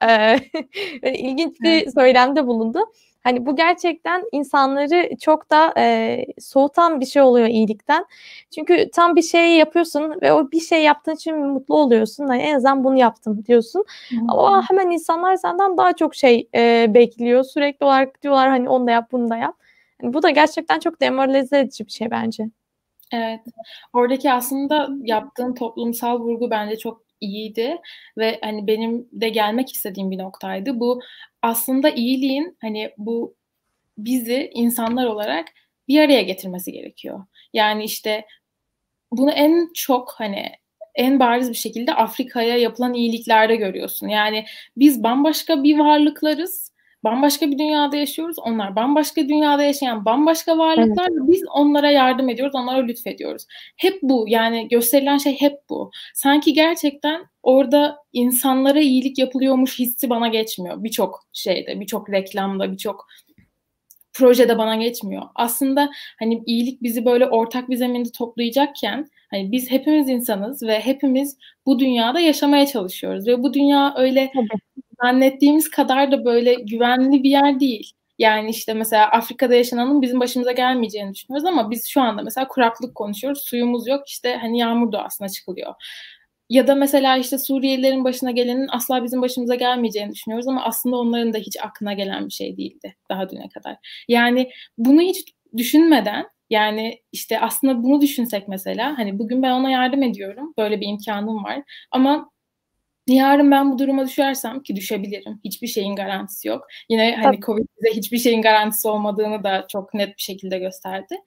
ilginç bir söylemde bulundu. Hani bu gerçekten insanları çok da soğutan bir şey oluyor iyilikten. Çünkü tam bir şey yapıyorsun ve o bir şey yaptığın için mutlu oluyorsun. Hani en azından bunu yaptım diyorsun. Ama hemen insanlar senden daha çok şey bekliyor. Sürekli olarak diyorlar hani onu da yap, bunu da yap. Yani bu da gerçekten çok demoralize edici bir şey bence. Evet. Oradaki aslında yaptığın toplumsal vurgu bence çok iyiydi ve hani benim de gelmek istediğim bir noktaydı. Bu aslında iyiliğin hani bu bizi insanlar olarak bir araya getirmesi gerekiyor. Yani işte bunu en çok hani en bariz bir şekilde Afrika'ya yapılan iyiliklerde görüyorsun. Yani biz bambaşka bir varlıklarız. Bambaşka bir dünyada yaşıyoruz. Onlar bambaşka dünyada yaşayan bambaşka varlıklar. Evet. Biz onlara yardım ediyoruz, onlara lütfediyoruz. Hep bu. Yani gösterilen şey hep bu. Sanki gerçekten orada insanlara iyilik yapılıyormuş hissi bana geçmiyor. Birçok şeyde, birçok reklamda, birçok projede bana geçmiyor. Aslında hani iyilik bizi böyle ortak bir zeminde toplayacakken hani biz hepimiz insanız ve hepimiz bu dünyada yaşamaya çalışıyoruz ve bu dünya öyle Tabii. zannettiğimiz kadar da böyle güvenli bir yer değil. Yani işte mesela Afrika'da yaşananın bizim başımıza gelmeyeceğini düşünüyoruz ama biz şu anda mesela kuraklık konuşuyoruz. Suyumuz yok, işte hani yağmur doğasına çıkılıyor. Ya da mesela işte Suriyelilerin başına gelenin asla bizim başımıza gelmeyeceğini düşünüyoruz ama aslında onların da hiç aklına gelen bir şey değildi daha düne kadar. Yani bunu hiç düşünmeden, yani işte aslında bunu düşünsek mesela, hani bugün ben ona yardım ediyorum, böyle bir imkanım var ama yarın ben bu duruma düşersem, ki düşebilirim, hiçbir şeyin garantisi yok. Yine hani Covid bize hiçbir şeyin garantisi olmadığını da çok net bir şekilde gösterdi.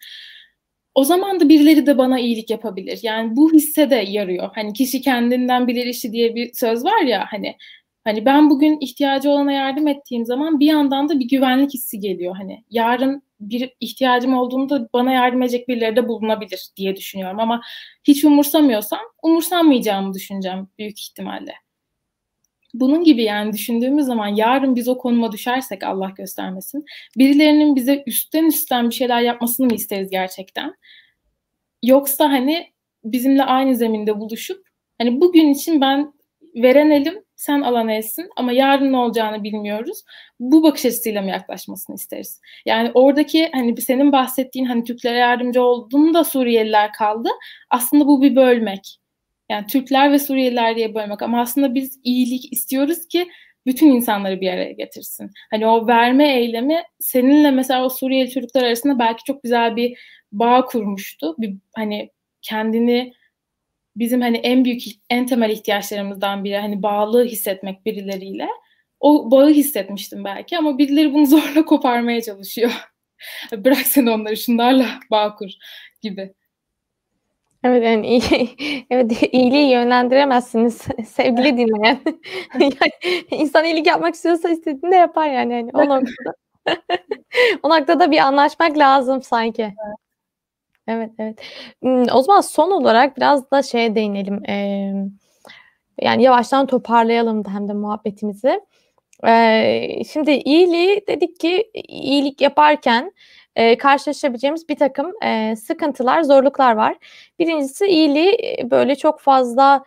O zaman da birileri de bana iyilik yapabilir. Yani bu hisse de yarıyor. Hani kişi kendinden bilir işi diye bir söz var ya, hani ben bugün ihtiyacı olana yardım ettiğim zaman bir yandan da bir güvenlik hissi geliyor. Hani yarın bir ihtiyacım olduğunda bana yardım edecek birileri de bulunabilir diye düşünüyorum ama hiç umursamıyorsam umursanmayacağımı düşüneceğim büyük ihtimalle. Bunun gibi yani düşündüğümüz zaman yarın biz o konuma düşersek, Allah göstermesin, birilerinin bize üstten bir şeyler yapmasını mı isteriz gerçekten? Yoksa hani bizimle aynı zeminde buluşup hani bugün için ben veren elim, sen alan elsin ama yarın ne olacağını bilmiyoruz, bu bakış açısıyla mı yaklaşmasını isteriz? Yani oradaki hani senin bahsettiğin hani Türklere yardımcı olduğunda Suriyeliler kaldı. Aslında bu bir bölmek. Yani Türkler ve Suriyeliler diye bölmek ama aslında biz iyilik istiyoruz ki bütün insanları bir araya getirsin. Hani o verme eylemi seninle mesela o Suriyeli çocuklar arasında belki çok güzel bir bağ kurmuştu. Bir hani kendini, bizim hani en büyük, en temel ihtiyaçlarımızdan biri hani bağlı hissetmek birileriyle. O bağı hissetmiştim belki ama birileri bunu zorla koparmaya çalışıyor. Bırak sen onları, şunlarla bağ kur gibi. Evet, yani evet, iyiliği yönlendiremezsiniz sevgili dinleyen. Yani insan iyilik yapmak istiyorsa istediğinde yapar yani. Yani o noktada o noktada bir anlaşmak lazım sanki. Evet, evet. O zaman son olarak biraz da şeye değinelim. Yani yavaştan toparlayalım da hem de muhabbetimizi. Şimdi iyiliği dedik ki iyilik yaparken karşılaşabileceğimiz bir takım sıkıntılar, zorluklar var. Birincisi iyiliği böyle çok fazla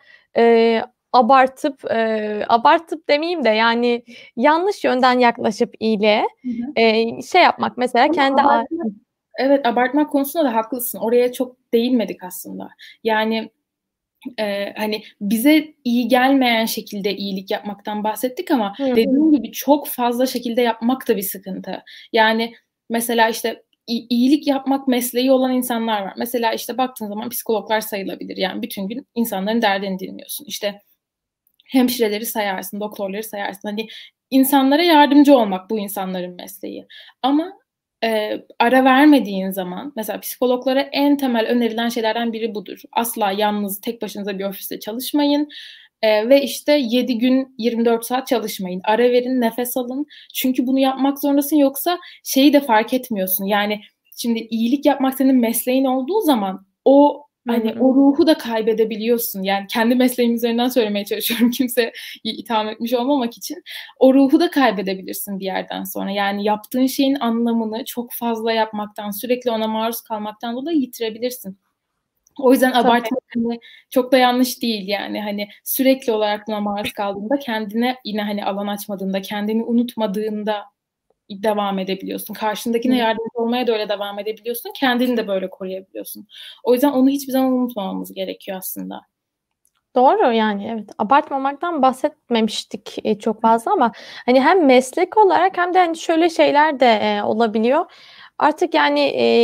abartıp demeyeyim de yani yanlış yönden yaklaşıp iyiliğe Hı hı. şey yapmak mesela Ama kendi evet, abartmak konusunda da haklısın. Oraya çok değinmedik aslında. Yani hani bize iyi gelmeyen şekilde iyilik yapmaktan bahsettik ama Hı. dediğim gibi çok fazla şekilde yapmak da bir sıkıntı. Yani mesela işte iyilik yapmak mesleği olan insanlar var. Mesela işte baktığın zaman psikologlar sayılabilir. Yani bütün gün insanların derdini dinliyorsun. İşte hemşireleri sayarsın, doktorları sayarsın. Hani insanlara yardımcı olmak bu insanların mesleği. Ama ara vermediğin zaman, mesela psikologlara en temel önerilen şeylerden biri budur. Asla yalnız tek başınıza bir ofiste çalışmayın. Ve işte 7 gün 24 saat çalışmayın. Ara verin, nefes alın. Çünkü bunu yapmak zorundasın, yoksa şeyi de fark etmiyorsun. Yani şimdi iyilik yapmak senin mesleğin olduğu zaman o hani o ruhu da kaybedebiliyorsun. Yani kendi mesleğim üzerinden söylemeye çalışıyorum, kimseye itham etmiş olmamak için. O ruhu da kaybedebilirsin bir yerden sonra. Yani yaptığın şeyin anlamını çok fazla yapmaktan, sürekli ona maruz kalmaktan dolayı yitirebilirsin. O yüzden Tabii. abartmak hani çok da yanlış değil yani. Hani sürekli olarak buna maruz kaldığında, kendine yine hani alan açmadığında, kendini unutmadığında devam edebiliyorsun. Karşındakine yardımcı olmaya da öyle devam edebiliyorsun. Kendini de böyle koruyabiliyorsun. O yüzden onu hiçbir zaman unutmamamız gerekiyor aslında. Doğru, yani evet, abartmamaktan bahsetmemiştik çok fazla ama hani hem meslek olarak hem de hani şöyle şeyler de olabiliyor. Artık yani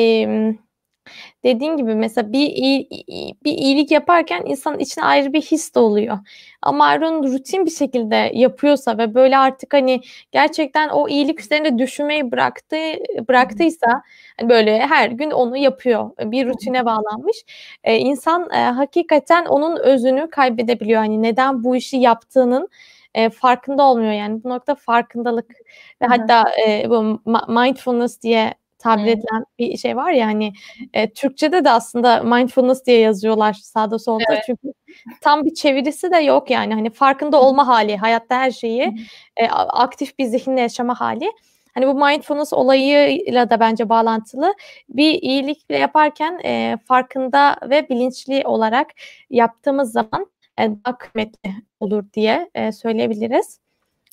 dediğin gibi mesela bir iyilik yaparken insanın içine ayrı bir his de oluyor. Ama Arun rutin bir şekilde yapıyorsa ve böyle artık hani gerçekten o iyilik üzerinde düşünmeyi bıraktıysa hani böyle her gün onu yapıyor. Bir rutine bağlanmış. İnsan hakikaten onun özünü kaybedebiliyor. Hani neden bu işi yaptığının farkında olmuyor yani. Bu nokta farkındalık ve hatta bu mindfulness diye tabir edilen bir şey var ya hani Türkçe'de de aslında mindfulness diye yazıyorlar sağda solda. Evet. Çünkü tam bir çevirisi de yok yani. Hani farkında olma hali, hayatta her şeyi aktif bir zihinle yaşama hali. Hani bu mindfulness olayıyla da bence bağlantılı. Bir iyilikle yaparken farkında ve bilinçli olarak yaptığımız zaman daha kıymetli olur diye söyleyebiliriz.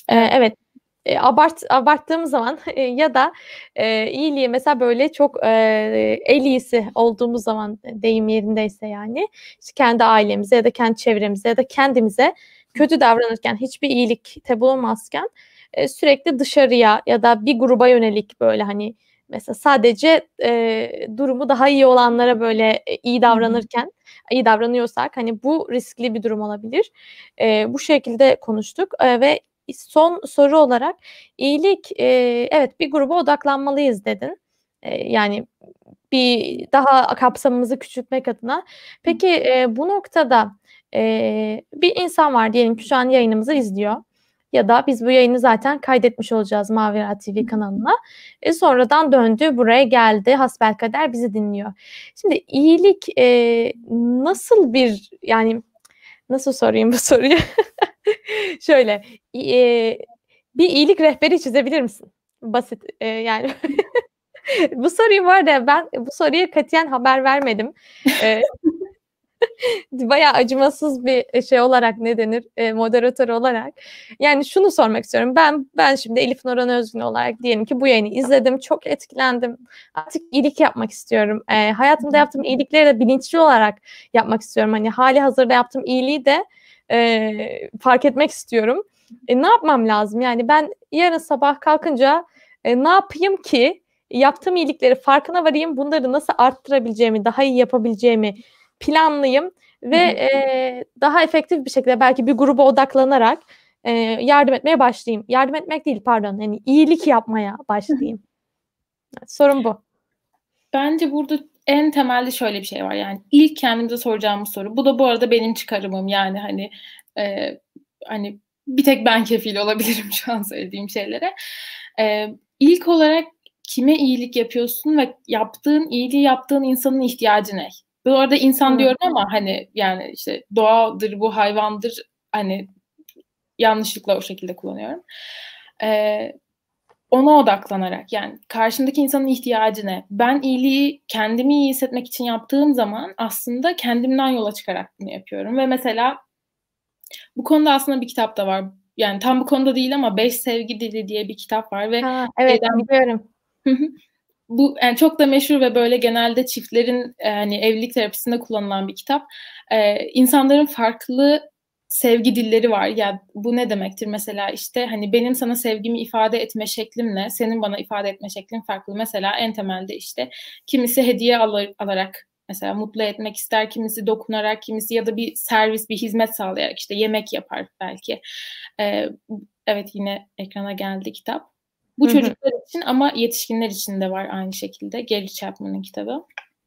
Evet. Abarttığım zaman ya da iyiliği mesela böyle çok el iyisi olduğumuz zaman, deyim yerindeyse yani, işte kendi ailemize ya da kendi çevremize ya da kendimize kötü davranırken, hiçbir iyilikte bulunmazken sürekli dışarıya ya da bir gruba yönelik böyle hani mesela sadece durumu daha iyi olanlara böyle iyi davranırken, iyi davranıyorsak hani bu riskli bir durum olabilir. Bu şekilde konuştuk ve son soru olarak iyilik, evet bir gruba odaklanmalıyız dedin. Yani bir daha kapsamımızı küçültmek adına. Peki bu noktada bir insan var diyelim ki şu an yayınımızı izliyor. Ya da biz bu yayını zaten kaydetmiş olacağız Mavera TV kanalına. Sonradan döndü, buraya geldi, hasbelkader bizi dinliyor. Şimdi iyilik nasıl bir, yani nasıl sorayım bu soruyu? Şöyle, bir iyilik rehberi çizebilir misin? Basit, yani bu soruyu var ya, ben bu soruya katiyen haber vermedim. Bayağı acımasız bir şey olarak, ne denir, moderatör olarak. Yani şunu sormak istiyorum. Ben şimdi Elif Nuran Özgün olarak diyelim ki bu yayını izledim, çok etkilendim. Artık iyilik yapmak istiyorum. Hayatımda yaptığım iyilikleri de bilinçli olarak yapmak istiyorum. Hani hali hazırda yaptığım iyiliği de fark etmek istiyorum. Ne yapmam lazım? Yani ben yarın sabah kalkınca ne yapayım ki yaptığım iyilikleri farkına varayım, bunları nasıl arttırabileceğimi, daha iyi yapabileceğimi planlayayım ve daha efektif bir şekilde belki bir gruba odaklanarak yardım etmeye başlayayım. Yardım etmek değil, pardon. Yani iyilik yapmaya başlayayım. Sorun bu. Bence burada en temelde şöyle bir şey var. Yani ilk kendimize soracağımız soru. Bu da bu arada benim çıkarımım. Yani hani bir tek ben kefil olabilirim şu an söylediğim şeylere. İlk olarak kime iyilik yapıyorsun ve yaptığın iyiliği yaptığın insanın ihtiyacı ne? Bu arada insan diyorum ama hani yani işte doğadır, bu hayvandır, hani yanlışlıkla o şekilde kullanıyorum. Ona odaklanarak, yani karşımdaki insanın ihtiyacı ne? Ben iyiliği kendimi iyi hissetmek için yaptığım zaman aslında kendimden yola çıkarak bunu yapıyorum. Ve mesela bu konuda aslında bir kitap da var. Yani tam bu konuda değil ama Beş Sevgi Dili diye bir kitap var ve evet, biliyorum. Bu yani çok da meşhur ve böyle genelde çiftlerin yani evlilik terapisinde kullanılan bir kitap. İnsanların farklı sevgi dilleri var. Ya bu ne demektir? Mesela işte hani benim sana sevgimi ifade etme şeklimle senin bana ifade etme şeklin farklı. Mesela en temelde işte kimisi hediye alarak mesela mutlu etmek ister, kimisi dokunarak, kimisi ya da bir servis, bir hizmet sağlayarak, işte yemek yapar belki. Evet, yine ekrana geldi kitap. Bu çocuklar için ama yetişkinler için de var aynı şekilde. Gary Chapman'ın kitabı.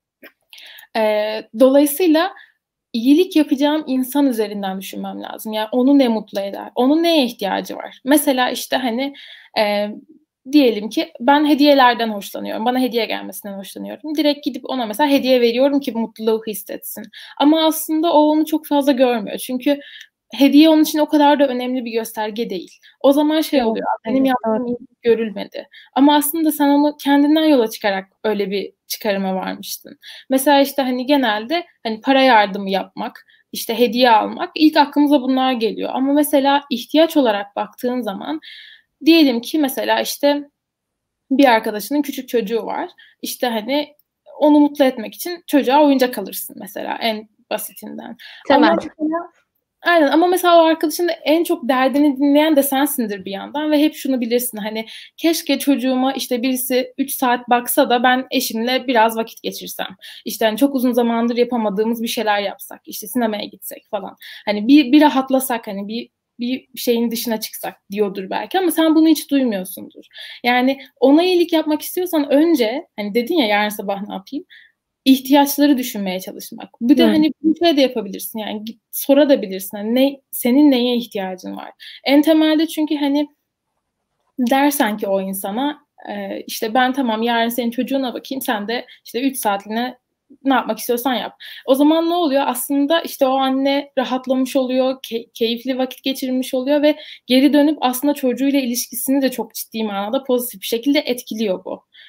Dolayısıyla iyilik yapacağım insan üzerinden düşünmem lazım. Yani onu ne mutlu eder? Onun neye ihtiyacı var? Mesela işte hani diyelim ki ben hediyelerden hoşlanıyorum. Bana hediye gelmesinden hoşlanıyorum. Direkt gidip ona mesela hediye veriyorum ki mutluluğu hissetsin. Ama aslında o onu çok fazla görmüyor. Çünkü hediye onun için o kadar da önemli bir gösterge değil. O zaman şey oluyor. Benim yaptığım iyilik görülmedi. Ama aslında sen onu kendinden yola çıkarak öyle bir çıkarıma varmıştın. Mesela işte hani genelde hani para yardımı yapmak, işte hediye almak, ilk aklımıza bunlar geliyor. Ama mesela ihtiyaç olarak baktığın zaman diyelim ki mesela işte bir arkadaşının küçük çocuğu var. İşte hani onu mutlu etmek için çocuğa oyuncak alırsın mesela, en basitinden. Temel. Aynen, ama mesela o arkadaşın da en çok derdini dinleyen de sensindir bir yandan ve hep şunu bilirsin, hani keşke çocuğuma işte birisi 3 saat baksa da ben eşimle biraz vakit geçirsem. İşte hani çok uzun zamandır yapamadığımız bir şeyler yapsak, işte sinemaya gitsek falan. Hani bir rahatlasak, hani bir şeyin dışına çıksak diyordur belki, ama sen bunu hiç duymuyorsundur. Yani ona iyilik yapmak istiyorsan önce hani dedin ya yarın sabah ne yapayım? İhtiyaçları düşünmeye çalışmak. Bir de hani bir şey de yapabilirsin, yani sorabilirsin. Hani senin neye ihtiyacın var? En temelde, çünkü hani dersen ki o insana işte ben tamam yarın senin çocuğuna bakayım, sen de işte 3 saatliğine ne yapmak istiyorsan yap. O zaman ne oluyor? Aslında işte o anne rahatlamış oluyor, keyifli vakit geçirmiş oluyor ve geri dönüp aslında çocuğuyla ilişkisini de çok ciddi manada pozitif bir şekilde etkiliyor bu.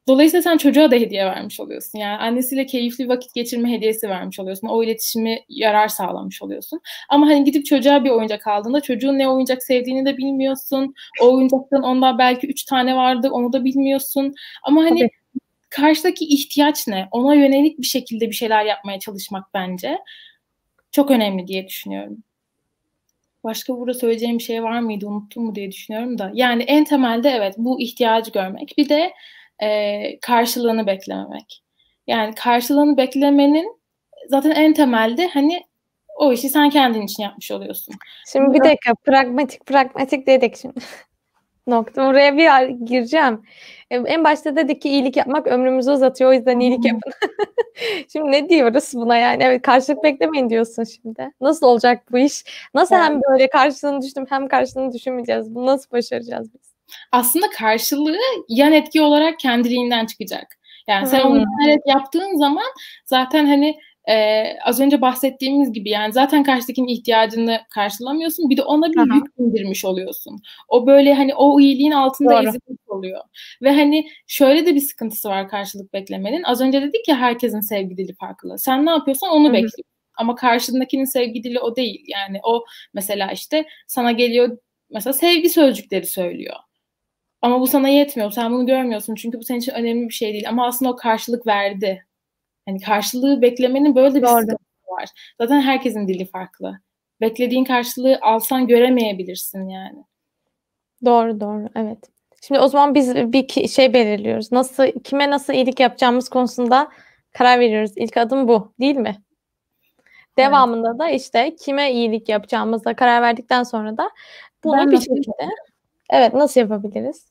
Dolayısıyla sen çocuğa da hediye vermiş oluyorsun. Yani annesiyle keyifli vakit geçirme hediyesi vermiş oluyorsun. O iletişimi yarar sağlamış oluyorsun. Ama hani gidip çocuğa bir oyuncak aldığında çocuğun ne oyuncak sevdiğini de bilmiyorsun. O oyuncaktan ondan belki 3 tane vardı, onu da bilmiyorsun. Ama hani Tabii. karşıdaki ihtiyaç ne? Ona yönelik bir şekilde bir şeyler yapmaya çalışmak bence çok önemli diye düşünüyorum. Başka burada söyleyeceğim bir şey var mıydı, unuttum mu diye düşünüyorum da. Yani en temelde evet bu ihtiyacı görmek. Bir de karşılığını beklememek. Yani karşılığını beklemenin zaten en temelde hani o işi sen kendin için yapmış oluyorsun. Şimdi bir dakika, pragmatik dedik şimdi. Nokta. Oraya bir gireceğim. En başta dedik ki iyilik yapmak ömrümüzü uzatıyor. O yüzden iyilik yapın. Şimdi ne diyoruz buna yani? Evet, karşılık beklemeyin diyorsun şimdi. Nasıl olacak bu iş? Nasıl hem böyle karşılığını düşünüp hem karşılığını düşünmeyeceğiz? Bunu nasıl başaracağız biz? Aslında karşılığı yan etki olarak kendiliğinden çıkacak. Yani sen onu yaptığın zaman zaten hani az önce bahsettiğimiz gibi yani zaten karşıdakinin ihtiyacını karşılamıyorsun. Bir de ona bir yük bindirmiş oluyorsun. O böyle hani o iyiliğin altında ezilmiş oluyor. Ve hani şöyle de bir sıkıntısı var karşılık beklemenin. Az önce dedik ya herkesin sevgi dili farklı. Sen ne yapıyorsan onu bekliyorsun. Ama karşındakinin sevgi dili o değil. Yani o mesela işte sana geliyor mesela sevgi sözcükleri söylüyor. Ama bu sana yetmiyor. Sen bunu görmüyorsun. Çünkü bu senin için önemli bir şey değil. Ama aslında o karşılık verdi. Yani karşılığı beklemenin böyle de bir sıkıntısı var. Zaten herkesin dili farklı. Beklediğin karşılığı alsan göremeyebilirsin yani. Doğru, evet. Şimdi o zaman biz bir şey belirliyoruz. Kime nasıl iyilik yapacağımız konusunda karar veriyoruz. İlk adım bu, değil mi? Devamında da işte kime iyilik yapacağımıza karar verdikten sonra da bunu bir şekilde nasıl yapabiliriz?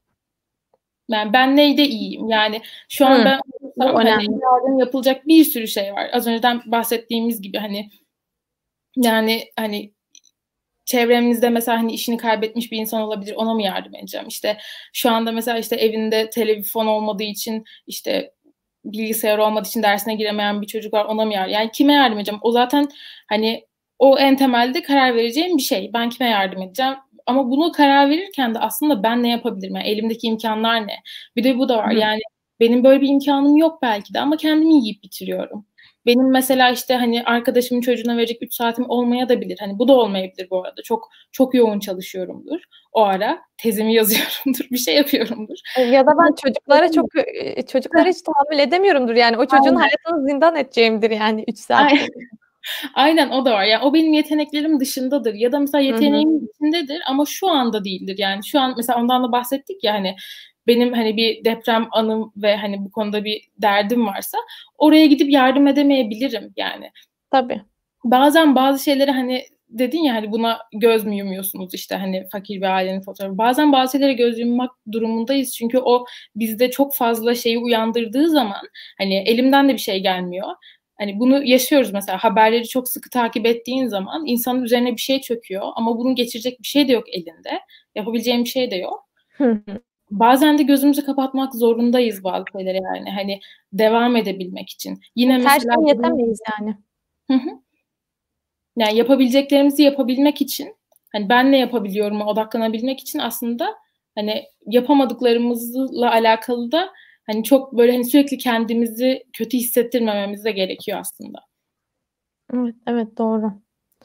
Yani ben neyde iyiyim? Yani şu an ben hani yardım yapılacak bir sürü şey var. Az önceden bahsettiğimiz gibi hani çevremizde mesela hani işini kaybetmiş bir insan olabilir. Ona mı yardım edeceğim? İşte şu anda mesela işte evinde telefon olmadığı için işte bilgisayar olmadığı için dersine giremeyen bir çocuk var. Ona mı yardım? Yani kime yardım edeceğim? O zaten hani o en temelde karar vereceğim bir şey. Ben kime yardım edeceğim? Ama bunu karar verirken de aslında ben ne yapabilirim? Yani elimdeki imkanlar ne? Bir de bu da var. Yani benim böyle bir imkanım yok belki de ama kendimi yiyip bitiriyorum. Benim mesela işte hani arkadaşımın çocuğuna verecek 3 saatim olmaya da bilir. Hani bu da olmayabilir bu arada. Çok çok yoğun çalışıyorumdur. O ara tezimi yazıyorumdur. Bir şey yapıyorumdur. Ya da ben çocuklara hiç tahammül edemiyorumdur. Yani o çocuğun hayatını zindan edeceğimdir yani 3 saat. Aynen o da var. Yani o benim yeteneklerim dışındadır. Ya da mesela yeteneğim içindedir ama şu anda değildir. Yani şu an mesela ondan da bahsettik ya hani benim hani bir deprem anım ve hani bu konuda bir derdim varsa oraya gidip yardım edemeyebilirim yani. Tabii. Bazen bazı şeyleri hani dedin ya hani buna göz mü yumuyorsunuz işte hani fakir bir ailenin fotoğrafı. Bazen bazı şeylere göz yummak durumundayız. Çünkü o bizde çok fazla şeyi uyandırdığı zaman hani elimden de bir şey gelmiyor. Hani bunu yaşıyoruz mesela haberleri çok sıkı takip ettiğin zaman insanın üzerine bir şey çöküyor ama bunu geçirecek bir şey de yok elinde. Yapabileceğim bir şey de yok. Bazen de gözümüzü kapatmak zorundayız bazı şeylere yani hani devam edebilmek için. Yine her şeyi yetemeyiz yani. Yani yapabileceklerimizi yapabilmek için hani ben ne yapabiliyorum'a odaklanabilmek için aslında hani yapamadıklarımızla alakalı da hani çok böyle hani sürekli kendimizi kötü hissettirmememiz de gerekiyor aslında. Evet doğru.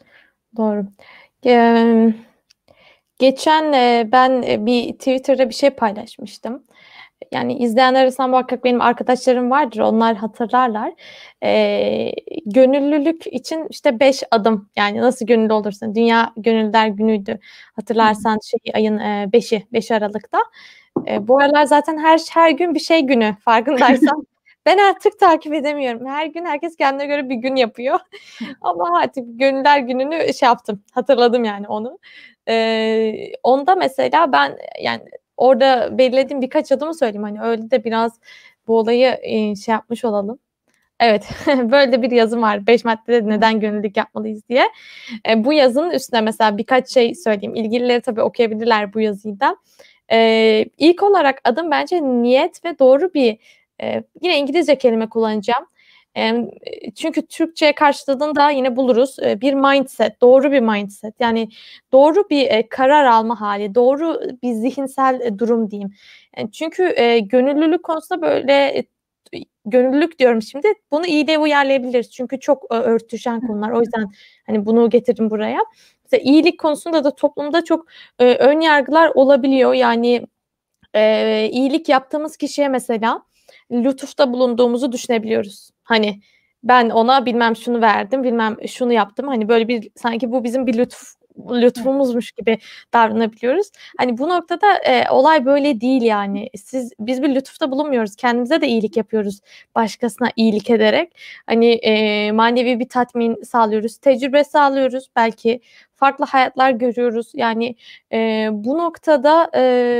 Geçen ben bir Twitter'da bir şey paylaşmıştım. Yani izleyenler arasında muhakkak benim arkadaşlarım vardır. Onlar hatırlarlar. Gönüllülük için işte 5 adım. Yani nasıl gönüllü olursun? Dünya Gönüllüler Günü'ydü. Hatırlarsan ayın 5 Aralık'ta. Bu aralar zaten her gün bir şey günü farkındaysan. Ben artık takip edemiyorum. Her gün herkes kendine göre bir gün yapıyor. Ama artık Gönüller Günü'nü yaptım. Hatırladım yani onu. Onda mesela ben yani orada belirlediğim birkaç adımı söyleyeyim. Hani öyle de biraz bu olayı yapmış olalım. Evet, böyle de bir yazım var. 5 maddede neden gönüllülük yapmalıyız diye. Bu yazının üstüne mesela birkaç şey söyleyeyim. İlgilileri tabii okuyabilirler bu yazıyı da. İlk olarak adım bence niyet ve doğru bir yine İngilizce kelime kullanacağım. Çünkü Türkçe karşılığını da yine buluruz. Bir mindset, doğru bir mindset. Yani doğru bir karar alma hali, doğru bir zihinsel durum diyeyim. Çünkü gönüllülük konusunda böyle gönüllülük diyorum şimdi. Bunu iyiliğe uyarlayabiliriz. Çünkü çok örtüşen konular. O yüzden hani bunu getirdim buraya. Mesela iyilik konusunda da toplumda çok ön yargılar olabiliyor. Yani iyilik yaptığımız kişiye mesela lütufta bulunduğumuzu düşünebiliyoruz. Hani ben ona bilmem şunu verdim, bilmem şunu yaptım. Hani böyle bir sanki bu bizim bir lütfumuzmuş gibi davranabiliyoruz. Hani bu noktada olay böyle değil yani. Biz bir lütufta bulunmuyoruz. Kendimize de iyilik yapıyoruz. Başkasına iyilik ederek. Hani manevi bir tatmin sağlıyoruz. Tecrübe sağlıyoruz. Belki farklı hayatlar görüyoruz. Yani bu noktada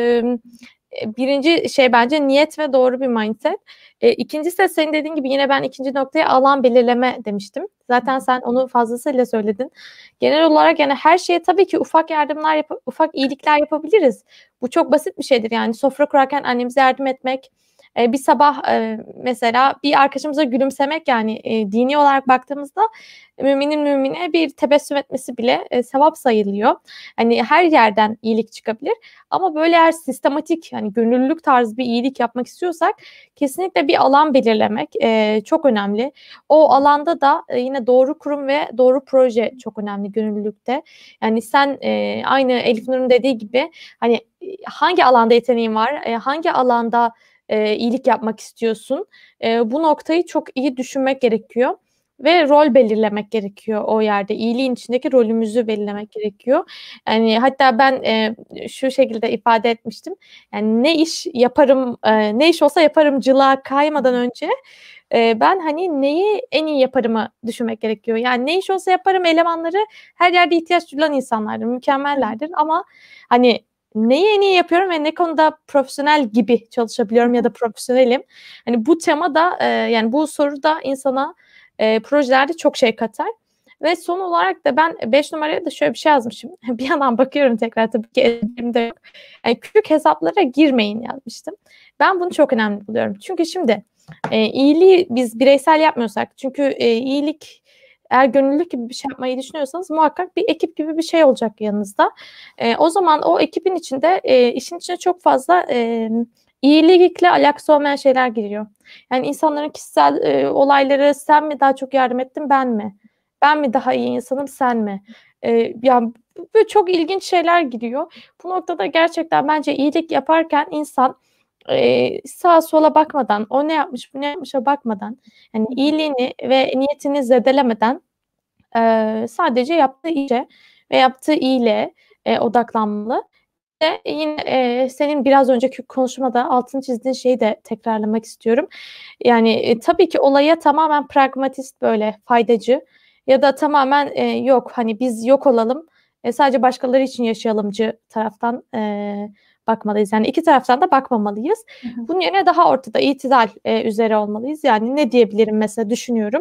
birinci şey bence niyet ve doğru bir mindset. İkincisi de senin dediğin gibi yine ben ikinci noktaya alan belirleme demiştim. Zaten sen onu fazlasıyla söyledin. Genel olarak yani her şeye tabii ki ufak yardımlar, ufak iyilikler yapabiliriz. Bu çok basit bir şeydir yani sofra kurarken annemize yardım etmek, bir sabah mesela bir arkadaşımıza gülümsemek yani dini olarak baktığımızda müminin mümine bir tebessüm etmesi bile sevap sayılıyor. Hani her yerden iyilik çıkabilir ama böyle eğer sistematik yani gönüllülük tarzı bir iyilik yapmak istiyorsak kesinlikle bir alan belirlemek çok önemli. O alanda da yine doğru kurum ve doğru proje çok önemli gönüllülükte. Yani sen aynı Elif Nur'un dediği gibi hani hangi alanda yeteneğin var, hangi alanda iyilik yapmak istiyorsun. Bu noktayı çok iyi düşünmek gerekiyor ve rol belirlemek gerekiyor o yerde. İyiliğin içindeki rolümüzü belirlemek gerekiyor. Yani hatta ben şu şekilde ifade etmiştim. Yani ne iş yaparım, ne iş olsa yaparımcılığa kaymadan önce ben hani neyi en iyi yaparımı düşünmek gerekiyor. Yani ne iş olsa yaparım elemanları her yerde ihtiyaç duyulan insanlardır, mükemmellerdir ama hani neyi en iyi yapıyorum ve ne konuda profesyonel gibi çalışabiliyorum ya da profesyonelim. Hani bu tema da yani bu soru da insana projelerde çok şey katar. Ve son olarak da ben 5 numaraya da şöyle bir şey yazmışım. Bir yandan bakıyorum tekrar tabii ki elimde yok. Yani küçük hesaplara girmeyin yazmıştım. Ben bunu çok önemli buluyorum. Çünkü şimdi iyiliği biz bireysel yapmıyorsak çünkü iyilik eğer gönüllülük gibi bir şey yapmayı düşünüyorsanız muhakkak bir ekip gibi bir şey olacak yanınızda. O zaman o ekibin içinde işin içine çok fazla iyilikle alakası olmayan şeyler giriyor. Yani insanların kişisel olayları sen mi daha çok yardım ettin ben mi? Ben mi daha iyi insanım sen mi? Yani böyle çok ilginç şeyler giriyor. Bu noktada gerçekten bence iyilik yaparken insan sağa sola bakmadan, o ne yapmış, bu ne yapmışa bakmadan, yani iyiliğini ve niyetini zedelemeden sadece yaptığı işe ve yaptığı iyiliğe odaklanmalı. Ve yine senin biraz önceki konuşmada altını çizdiğin şeyi de tekrarlamak istiyorum. Yani tabii ki olaya tamamen pragmatist böyle faydacı ya da tamamen yok hani biz yok olalım sadece başkaları için yaşayalımcı taraftan bakmalıyız. Yani iki taraftan da bakmamalıyız. Bunun yerine daha ortada itidal üzere olmalıyız. Yani ne diyebilirim mesela düşünüyorum.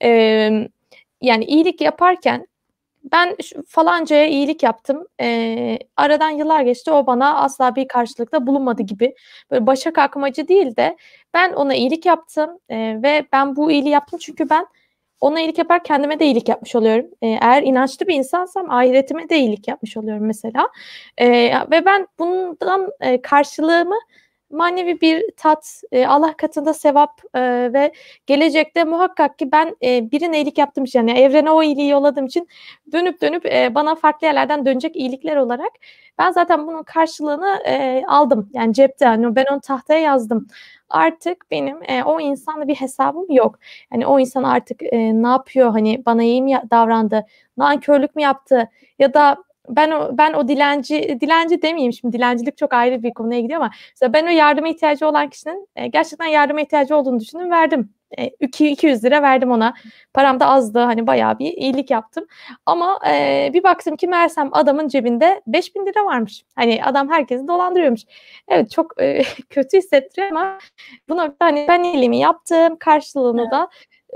Yani iyilik yaparken ben falancaya iyilik yaptım. Aradan yıllar geçti. O bana asla bir karşılıkta bulunmadı gibi. Böyle başa kalkmacı değil de ben ona iyilik yaptım ve ben bu iyiliği yaptım çünkü ben ona iyilik yapar kendime de iyilik yapmış oluyorum. Eğer inançlı bir insansam ahiretime de iyilik yapmış oluyorum mesela. Ve ben bundan karşılığımı manevi bir tat, Allah katında sevap ve gelecekte muhakkak ki ben birine iyilik yaptığım için yani evrene o iyiliği yolladığım için dönüp dönüp bana farklı yerlerden dönecek iyilikler olarak ben zaten bunun karşılığını aldım. Yani cepte yani ben onu tahtaya yazdım. Artık benim o insanla bir hesabım yok. Yani o insan artık ne yapıyor hani bana iyi mi davrandı, nankörlük mü yaptı ya da ben o dilenci demeyeyim şimdi dilencilik çok ayrı bir konuya gidiyor ama mesela ben o yardıma ihtiyacı olan kişinin gerçekten yardıma ihtiyacı olduğunu düşündüm verdim. 200 lira verdim ona. Param da azdı hani bayağı bir iyilik yaptım. Ama bir baktım ki meğersem adamın cebinde 5.000 lira varmış. Hani adam herkesi dolandırıyormuş. Evet çok kötü hissettiriyor ama bu noktada hani ben iyiliğimi yaptım. Karşılığını da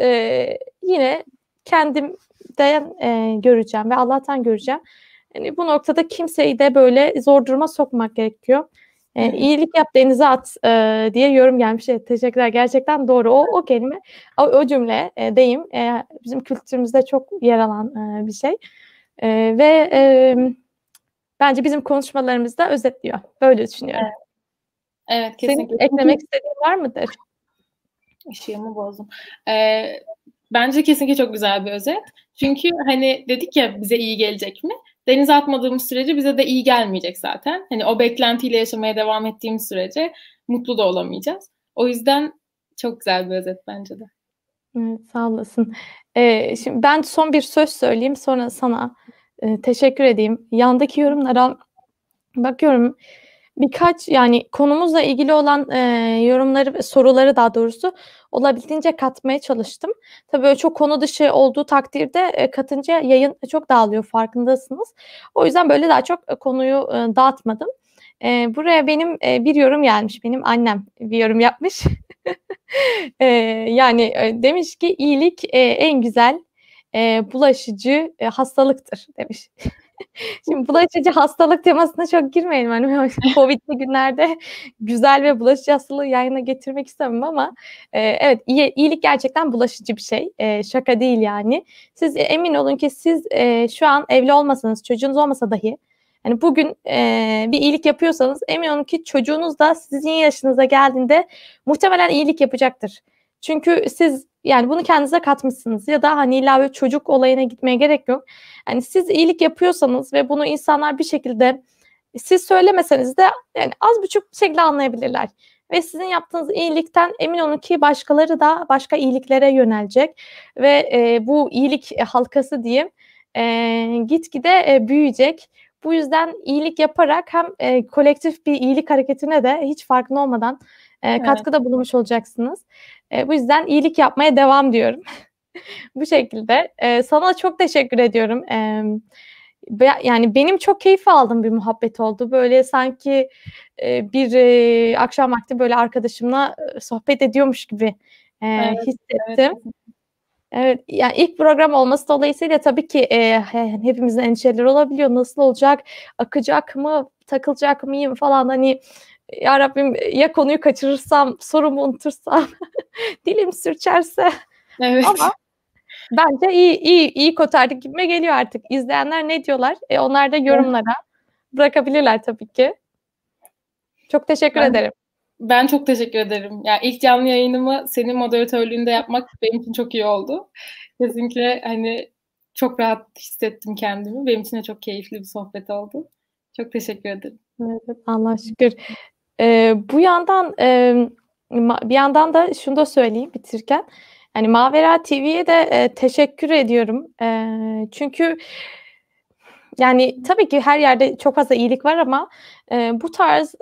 yine kendimden göreceğim ve Allah'tan göreceğim. Yani bu noktada kimseyi de böyle zor duruma sokmak gerekiyor. İyilik yap denize at diye yorum gelmiş. Evet, teşekkürler. Gerçekten doğru. O kelime, o cümle, deyim bizim kültürümüzde çok yer alan bir şey. Ve bence bizim konuşmalarımızda özetliyor. Böyle düşünüyorum. Evet, Senin kesinlikle. eklemek istediğin var mıdır? Işığımı bozdum. Bence kesinlikle çok güzel bir özet. Çünkü hani dedik ya bize iyi gelecek mi? Denize atmadığımız sürece bize de iyi gelmeyecek zaten. Hani o beklentiyle yaşamaya devam ettiğimiz sürece mutlu da olamayacağız. O yüzden çok güzel bir özet bence de. Evet, sağ olasın. Şimdi ben son bir söz söyleyeyim, sonra sana teşekkür edeyim. Yandaki yorumlara bakıyorum. Birkaç yani konumuzla ilgili olan yorumları ve soruları daha doğrusu olabildiğince katmaya çalıştım. Tabii böyle çok konu dışı olduğu takdirde katınca yayın çok dağılıyor, farkındasınız. O yüzden böyle daha çok konuyu dağıtmadım. Buraya benim bir yorum gelmiş. Benim annem bir yorum yapmış. Yani demiş ki iyilik en güzel bulaşıcı hastalıktır demiş. Şimdi bulaşıcı hastalık temasına çok girmeyelim. Hani Covid'li günlerde güzel ve bulaşıcı hastalığı yayına getirmek istemem ama evet iyilik gerçekten bulaşıcı bir şey. Şaka değil yani. Siz emin olun ki siz şu an evli olmasanız, çocuğunuz olmasa dahi yani bugün bir iyilik yapıyorsanız emin olun ki çocuğunuz da sizin yaşınıza geldiğinde muhtemelen iyilik yapacaktır. Çünkü siz yani bunu kendinize katmışsınız ya da hani illa böyle çocuk olayına gitmeye gerek yok. Yani siz iyilik yapıyorsanız ve bunu insanlar bir şekilde siz söylemeseniz de yani az buçuk bir şekilde anlayabilirler. Ve sizin yaptığınız iyilikten emin olun ki başkaları da başka iyiliklere yönelecek ve bu iyilik halkası diyeyim gitgide büyüyecek. Bu yüzden iyilik yaparak hem kolektif bir iyilik hareketine de hiç farkında olmadan katkıda bulunmuş olacaksınız. Bu yüzden iyilik yapmaya devam diyorum. Bu şekilde. Sana çok teşekkür ediyorum. Yani benim çok keyif aldığım bir muhabbet oldu. Böyle sanki bir akşam vakti böyle arkadaşımla sohbet ediyormuş gibi hissettim. Evet. Evet, yani ilk program olması dolayısıyla tabii ki hepimizin endişeleri olabiliyor. Nasıl olacak? Akacak mı? Takılacak mıyım falan hani ya Rabbim ya konuyu kaçırırsam, sorumu unutursam, dilim sürçerse. Evet. Ama bence iyi kotardık gibime geliyor artık. İzleyenler ne diyorlar? Onlar da yorumlara bırakabilirler tabii ki. Çok teşekkür ederim. Ben çok teşekkür ederim. Yani ilk canlı yayınımı senin moderatörlüğünde yapmak benim için çok iyi oldu. Kesinlikle hani çok rahat hissettim kendimi. Benim için de çok keyifli bir sohbet oldu. Çok teşekkür ederim. Evet, Allah'a şükür. Bu yandan bir yandan da şunu da söyleyeyim bitirirken. Yani Mavera TV'ye de teşekkür ediyorum. Çünkü yani tabii ki her yerde çok fazla iyilik var ama bu tarz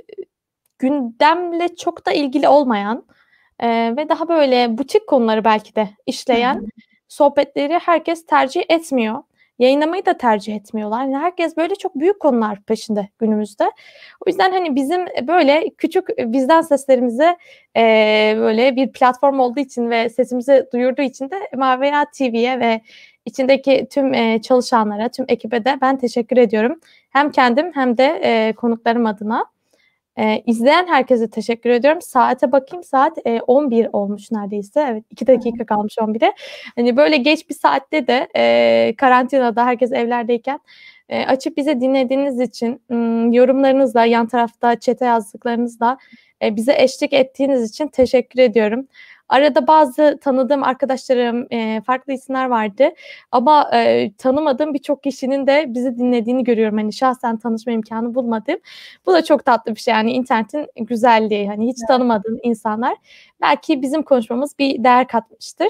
gündemle çok da ilgili olmayan ve daha böyle butik konuları belki de işleyen sohbetleri herkes tercih etmiyor. Yayınlamayı da tercih etmiyorlar. Yani herkes böyle çok büyük konular peşinde günümüzde. O yüzden hani bizim böyle küçük bizden seslerimize böyle bir platform olduğu için ve sesimizi duyurduğu için de Mavera TV'ye ve içindeki tüm çalışanlara, tüm ekibe de ben teşekkür ediyorum. Hem kendim hem de konuklarım adına. İzleyen herkese teşekkür ediyorum. Saate bakayım, saat 11 olmuş neredeyse. Evet, 2 dakika kalmış 11'e. Hani böyle geç bir saatte de karantinada herkes evlerdeyken açıp bize dinlediğiniz için, yorumlarınızla, yan tarafta chat'e yazdıklarınızla bize eşlik ettiğiniz için teşekkür ediyorum. Arada bazı tanıdığım arkadaşlarım, farklı isimler vardı ama tanımadığım birçok kişinin de bizi dinlediğini görüyorum. Hani şahsen tanışma imkanı bulmadım. Bu da çok tatlı bir şey yani internetin güzelliği. Hani hiç tanımadığın insanlar belki bizim konuşmamız bir değer katmıştır.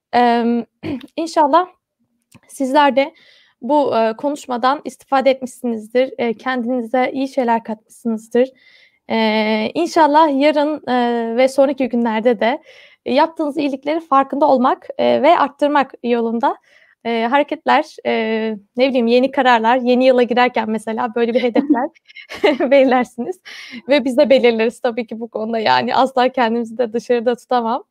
İnşallah sizler de bu konuşmadan istifade etmişsinizdir. Kendinize iyi şeyler katmışsınızdır. İnşallah yarın ve sonraki günlerde de yaptığınız iyilikleri farkında olmak ve arttırmak yolunda hareketler, ne bileyim yeni kararlar, yeni yıla girerken mesela böyle bir hedefler belirlersiniz ve biz de belirleriz tabii ki bu konuda yani asla kendimizi de dışarıda tutamam.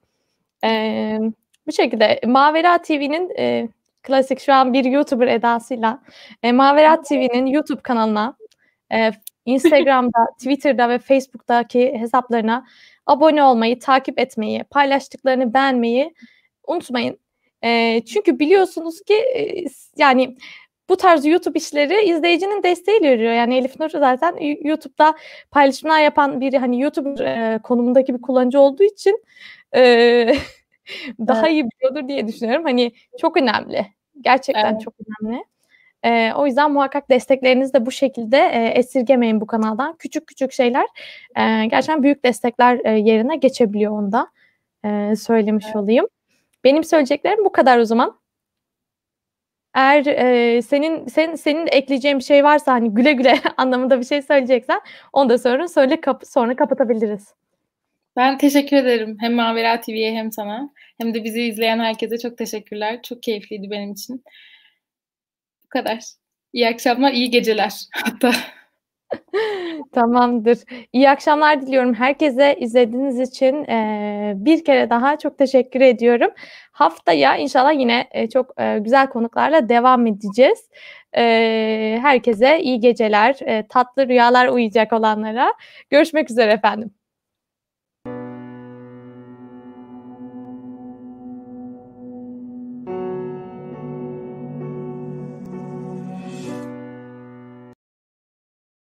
Bu şekilde Mavera TV'nin klasik şu an bir YouTuber edasıyla Mavera TV'nin YouTube kanalına Instagram'da, Twitter'da ve Facebook'taki hesaplarına abone olmayı, takip etmeyi, paylaştıklarını beğenmeyi unutmayın. Çünkü biliyorsunuz ki yani bu tarz YouTube işleri izleyicinin desteğiyle yürüyor. Yani Elif Nur zaten YouTube'da paylaşımlar yapan biri, hani YouTuber konumundaki bir kullanıcı olduğu için daha iyi biliyordur diye düşünüyorum. Hani çok önemli. Gerçekten çok önemli. O yüzden muhakkak desteklerinizi de bu şekilde esirgemeyin bu kanaldan. Küçük küçük şeyler gerçekten büyük destekler yerine geçebiliyor, onda söylemiş olayım. Benim söyleyeceklerim bu kadar o zaman. Eğer senin de ekleyeceğin bir şey varsa, hani güle güle anlamında bir şey söyleyeceksen, onu da söyle, sonra kapatabiliriz. Ben teşekkür ederim. Hem Mavera TV'ye hem sana hem de bizi izleyen herkese çok teşekkürler. Çok keyifliydi benim için. Bu kadar. İyi akşamlar, iyi geceler hatta. Tamamdır. İyi akşamlar diliyorum herkese. İzlediğiniz için bir kere daha çok teşekkür ediyorum. Haftaya inşallah yine çok güzel konuklarla devam edeceğiz. Herkese iyi geceler, tatlı rüyalar uyuyacak olanlara. Görüşmek üzere efendim.